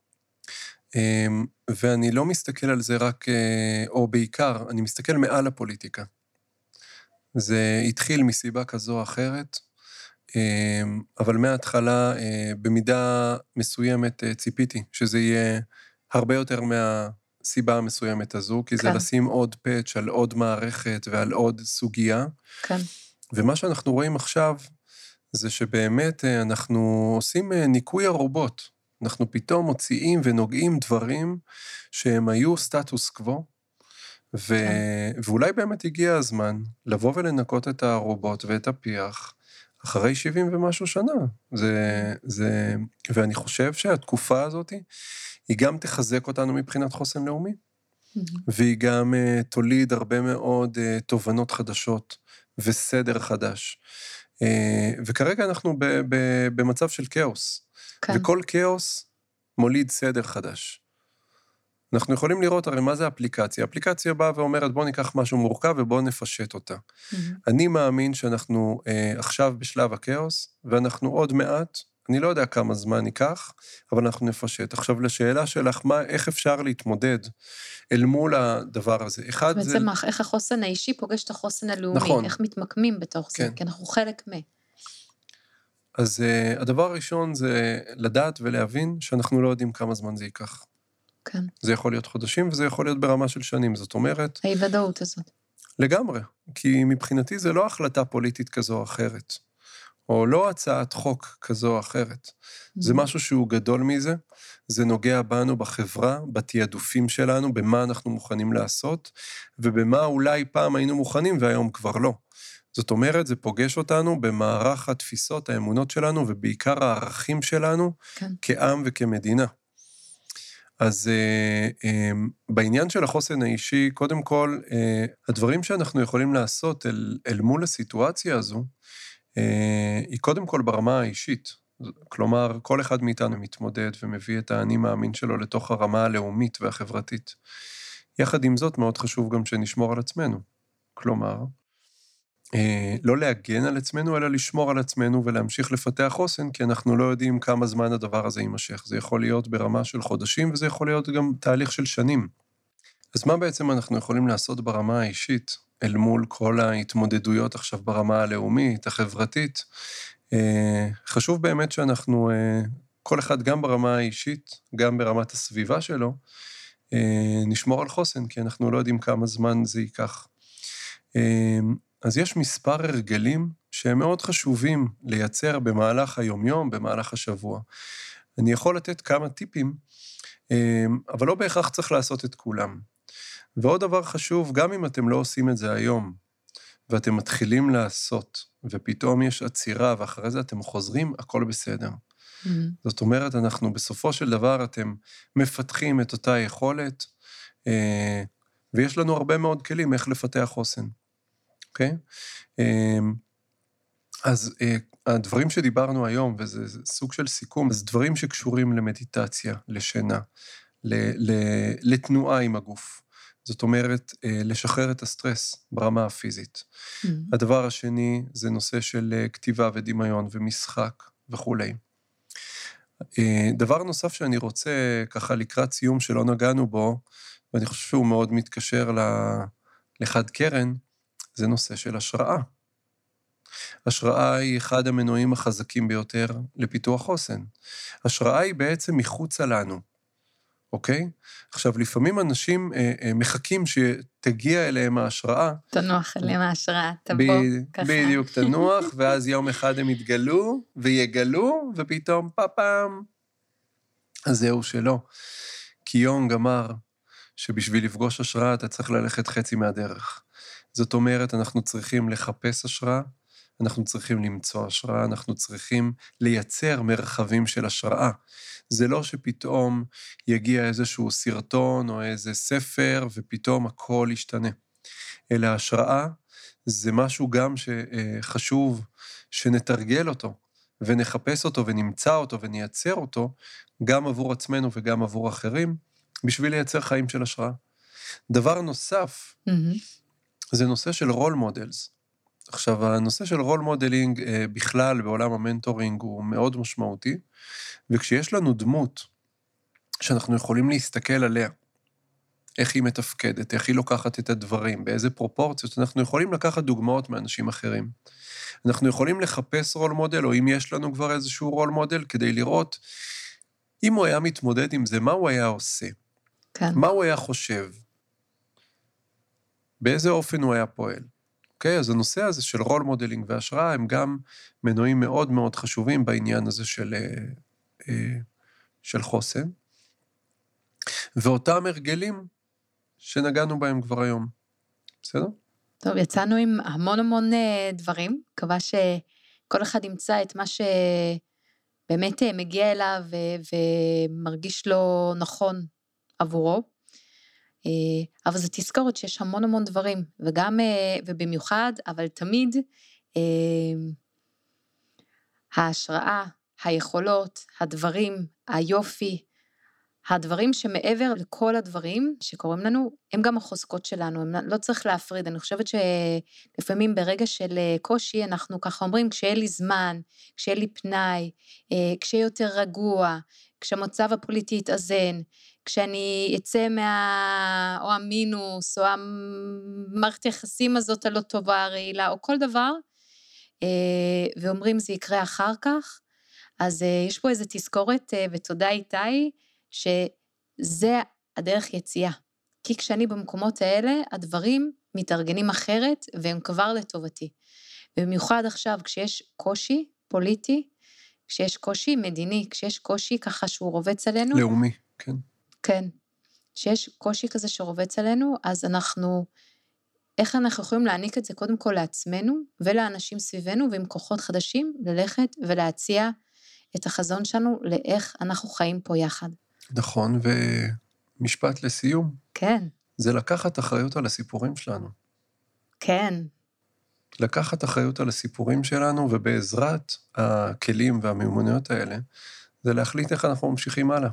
Speaker 2: ואני לא מסתכל על זה רק, או בעיקר, אני מסתכל מעל הפוליטיקה. זה התחיל מסיבה כזו או אחרת, אבל מההתחלה, במידה מסוימת ציפיתי, שזה יהיה הרבה יותר מהסיבה המסוימת הזו, כי זה כן. לשים עוד פאץ' על עוד מערכת ועל עוד סוגיה.
Speaker 1: כן.
Speaker 2: ומה שאנחנו רואים עכשיו, זה שבאמת אנחנו עושים ניקוי ארובות. אנחנו פתאום מוציאים ונוגעים דברים שהם היו סטטוס קוו, ו... ואולי באמת הגיע הזמן לבוא ולנקות את הארובות ואת הפיח אחרי שבעים ומשהו שנה. זה, זה... ואני חושב שהתקופה הזאת היא גם תחזק אותנו מבחינת חוסן לאומי, והיא גם תוליד הרבה מאוד תובנות חדשות וסדר חדש. וכרגע אנחנו ב- ב- במצב של כאוס, כן. וכל כאוס מוליד סדר חדש. אנחנו יכולים לראות הרי מה זה אפליקציה. אפליקציה באה ואומרת בוא ניקח משהו מורכב ובוא נפשט אותה. Mm-hmm. אני מאמין שאנחנו אה, עכשיו בשלב הכאוס, ואנחנו עוד מעט, אני לא יודע כמה זמן ניקח, אבל אנחנו נפשט. עכשיו לשאלה שלך, מה, איך אפשר להתמודד אל מול הדבר הזה? אחד
Speaker 1: בעצם
Speaker 2: זה...
Speaker 1: בעצם איך החוסן האישי פוגש את החוסן הלאומי,
Speaker 2: נכון.
Speaker 1: איך מתמקמים בתוך זה,
Speaker 2: כן.
Speaker 1: כי אנחנו חלק מה.
Speaker 2: אז uh, הדבר הראשון זה לדעת ולהבין שאנחנו לא יודעים כמה זמן זה ייקח.
Speaker 1: כן.
Speaker 2: זה יכול להיות חודשים, וזה יכול להיות ברמה של שנים. זאת אומרת...
Speaker 1: האי-ודאות הזאת.
Speaker 2: לגמרי. כי מבחינתי זה לא החלטה פוליטית כזו או אחרת, או לא הצעת חוק כזו או אחרת. זה משהו שהוא גדול מזה, זה נוגע בנו בחברה, בתיעדופים שלנו, במה אנחנו מוכנים לעשות, ובמה אולי פעם היינו מוכנים והיום כבר לא. זאת אומרת, זה פוגש אותנו במערך התפיסות, האמונות שלנו, ובעיקר הערכים שלנו,
Speaker 1: כן.
Speaker 2: כעם וכמדינה. אז uh, um, בעניין של החוסן האישי, קודם כל, uh, הדברים שאנחנו יכולים לעשות אל, אל מול הסיטואציה הזו, uh, היא קודם כל ברמה האישית. כלומר, כל אחד מאיתנו מתמודד ומביא את האני מאמין שלו לתוך הרמה הלאומית והחברתית. יחד עם זאת, מאוד חשוב גם שנשמור על עצמנו. כלומר, לא להגן על עצמנו, אלא לשמור על עצמנו ולהמשיך לפתח חוסן, כי אנחנו לא יודעים כמה זמן הדבר הזה יימשך. זה יכול להיות ברמה של חודשים, וזה יכול להיות גם תהליך של שנים. אז מה בעצם אנחנו יכולים לעשות ברמה האישית, אל מול כל ההתמודדויות עכשיו ברמה הלאומית, החברתית? חשוב באמת שאנחנו, כל אחד גם ברמה האישית, גם ברמת הסביבה שלו, נשמור על חוסן, כי אנחנו לא יודעים כמה זמן זה ייקח. אז יש מספר הרגלים שהם מאוד חשובים לייצר במהלך היומיום, במהלך השבוע. אני יכול לתת כמה טיפים, אבל לא בהכרח צריך לעשות את כולם. ועוד דבר חשוב, גם אם אתם לא עושים את זה היום, ואתם מתחילים לעשות, ופתאום יש עצירה, ואחרי זה אתם חוזרים, הכל בסדר. Mm-hmm. זאת אומרת, אנחנו בסופו של דבר, אתם מפתחים את אותה יכולת, ויש לנו הרבה מאוד כלים איך לפתח חוסן. אוקיי? אז הדברים שדיברנו היום, וזה סוג של סיכום, אז דברים שקשורים למדיטציה, לשינה, לתנועה עם הגוף. זאת אומרת, לשחרר את הסטרס ברמה הפיזית. Mm-hmm. הדבר השני זה נושא של כתיבה ודמיון ומשחק וכו'. דבר נוסף שאני רוצה ככה לקראת סיום שלא נגענו בו, ואני חושב שהוא מאוד מתקשר לחד קרן, זה נושא של השראה. השראה היא אחד המנועים החזקים ביותר לפיתוח חוסן. השראה היא בעצם מחוצה לנו, אוקיי? עכשיו, לפעמים אנשים אה, אה, מחכים שתגיע אליהם ההשראה.
Speaker 1: תנוח אליהם ההשראה, תבוא
Speaker 2: ב-
Speaker 1: ככה.
Speaker 2: בדיוק, תנוח, ואז יום אחד הם יתגלו, ויגלו, ופתאום פאפאם. אז זהו שלא. כי יונג אמר שבשביל לפגוש השראה אתה צריך ללכת חצי מהדרך. זאת אומרת, אנחנו צריכים לחפש השראה, אנחנו צריכים למצוא השראה, אנחנו צריכים לייצר מרחבים של השראה. זה לא שפתאום יגיע איזשהו סרטון או איזה ספר, ופתאום הכל ישתנה. אלא השראה זה משהו גם שחשוב שנתרגל אותו, ונחפש אותו ונמצא אותו ונייצר אותו, גם עבור עצמנו וגם עבור אחרים, בשביל לייצר חיים של השראה. דבר נוסף, mm-hmm. זה נושא של רול מודלס. עכשיו, הנושא של רול מודלינג בכלל בעולם המנטורינג הוא מאוד משמעותי, וכשיש לנו דמות שאנחנו יכולים להסתכל עליה, איך היא מתפקדת, איך היא לוקחת את הדברים, באיזה פרופורציות, אנחנו יכולים לקחת דוגמאות מאנשים אחרים. אנחנו יכולים לחפש רול מודל, או אם יש לנו כבר איזשהו רול מודל, כדי לראות אם הוא היה מתמודד עם זה, מה הוא היה עושה,
Speaker 1: כן.
Speaker 2: מה הוא היה חושב, באיזה אופן הוא היה פועל. אוקיי? אז הנושא הזה של רול מודלינג והשראה, הם גם מנועים מאוד מאוד חשובים בעניין הזה של, של חוסן. ואותם הרגלים שנגענו בהם כבר היום. בסדר?
Speaker 1: טוב, יצאנו עם המון המון דברים. מקווה שכל אחד ימצא את מה שבאמת מגיע אליו ומרגיש לו נכון עבורו. אבל זה תזכורת שיש המון המון דברים, וגם, ובמיוחד, אבל תמיד, ההשראה, היכולות, הדברים, היופי, הדברים שמעבר לכל הדברים שקוראים לנו, הם גם החוזקות שלנו, הם לא צריך להפריד. אני חושבת שלפעמים ברגע של קושי, אנחנו ככה אומרים, כשיהיה לי זמן, כשיהיה לי פנאי, כשיהיה יותר רגוע, כשהמצב הפוליטי יתאזן, כשאני אצא מה... או המינוס, או המערכת יחסים הזאת הלא טובה, הרעילה, או כל דבר, ואומרים זה יקרה אחר כך, אז יש פה איזו תזכורת, ותודה איתי, שזה הדרך יציאה. כי כשאני במקומות האלה, הדברים מתארגנים אחרת, והם כבר לטובתי. ובמיוחד עכשיו, כשיש קושי פוליטי, כשיש קושי מדיני, כשיש קושי ככה שהוא רובץ עלינו.
Speaker 2: לאומי, כן.
Speaker 1: כן. כשיש קושי כזה שרובץ עלינו, אז אנחנו, איך אנחנו יכולים להעניק את זה קודם כל לעצמנו, ולאנשים סביבנו, ועם כוחות חדשים, ללכת ולהציע את החזון שלנו, לאיך אנחנו חיים פה יחד.
Speaker 2: נכון, ומשפט לסיום.
Speaker 1: כן.
Speaker 2: זה לקחת אחריות על הסיפורים שלנו.
Speaker 1: כן.
Speaker 2: לקחת אחריות על הסיפורים שלנו, ובעזרת הכלים והמיומנויות האלה, זה להחליט איך אנחנו ממשיכים הלאה.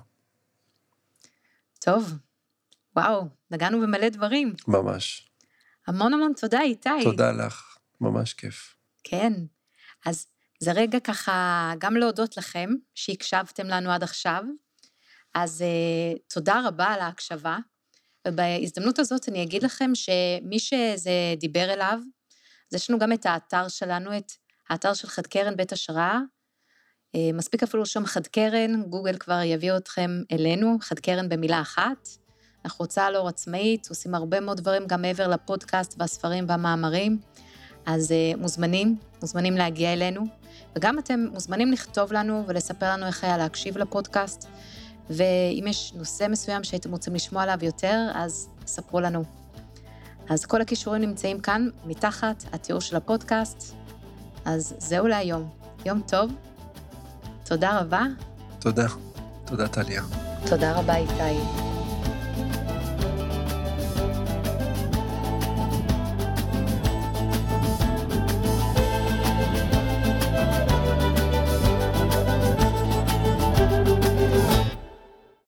Speaker 1: טוב, וואו, נגענו במלא דברים.
Speaker 2: ממש.
Speaker 1: המון המון תודה, איתי.
Speaker 2: תודה לך, ממש כיף.
Speaker 1: כן, אז זה רגע ככה גם להודות לכם, שהקשבתם לנו עד עכשיו, אז uh, תודה רבה על ההקשבה, ובהזדמנות הזאת אני אגיד לכם שמי שזה דיבר אליו, אז יש לנו גם את האתר שלנו, את האתר של חד קרן בית השראה, מספיק אפילו שם חד קרן, גוגל כבר יביא אתכם אלינו, חד קרן במילה אחת, אנחנו הוצאה לאור עצמאית, עושים הרבה מאוד דברים גם מעבר לפודקאסט והספרים והמאמרים, אז מוזמנים, מוזמנים להגיע אלינו, וגם אתם מוזמנים לכתוב לנו ולספר לנו איך היה להקשיב לפודקאסט, ואם יש נושא מסוים שהייתם רוצים לשמוע עליו יותר, אז ספרו לנו. אז כל הכישורים נמצאים כאן, מתחת התיאור של הפודקאסט. אז זהו להיום. יום טוב. תודה רבה.
Speaker 2: תודה. תודה, טליה.
Speaker 1: תודה רבה, איתי.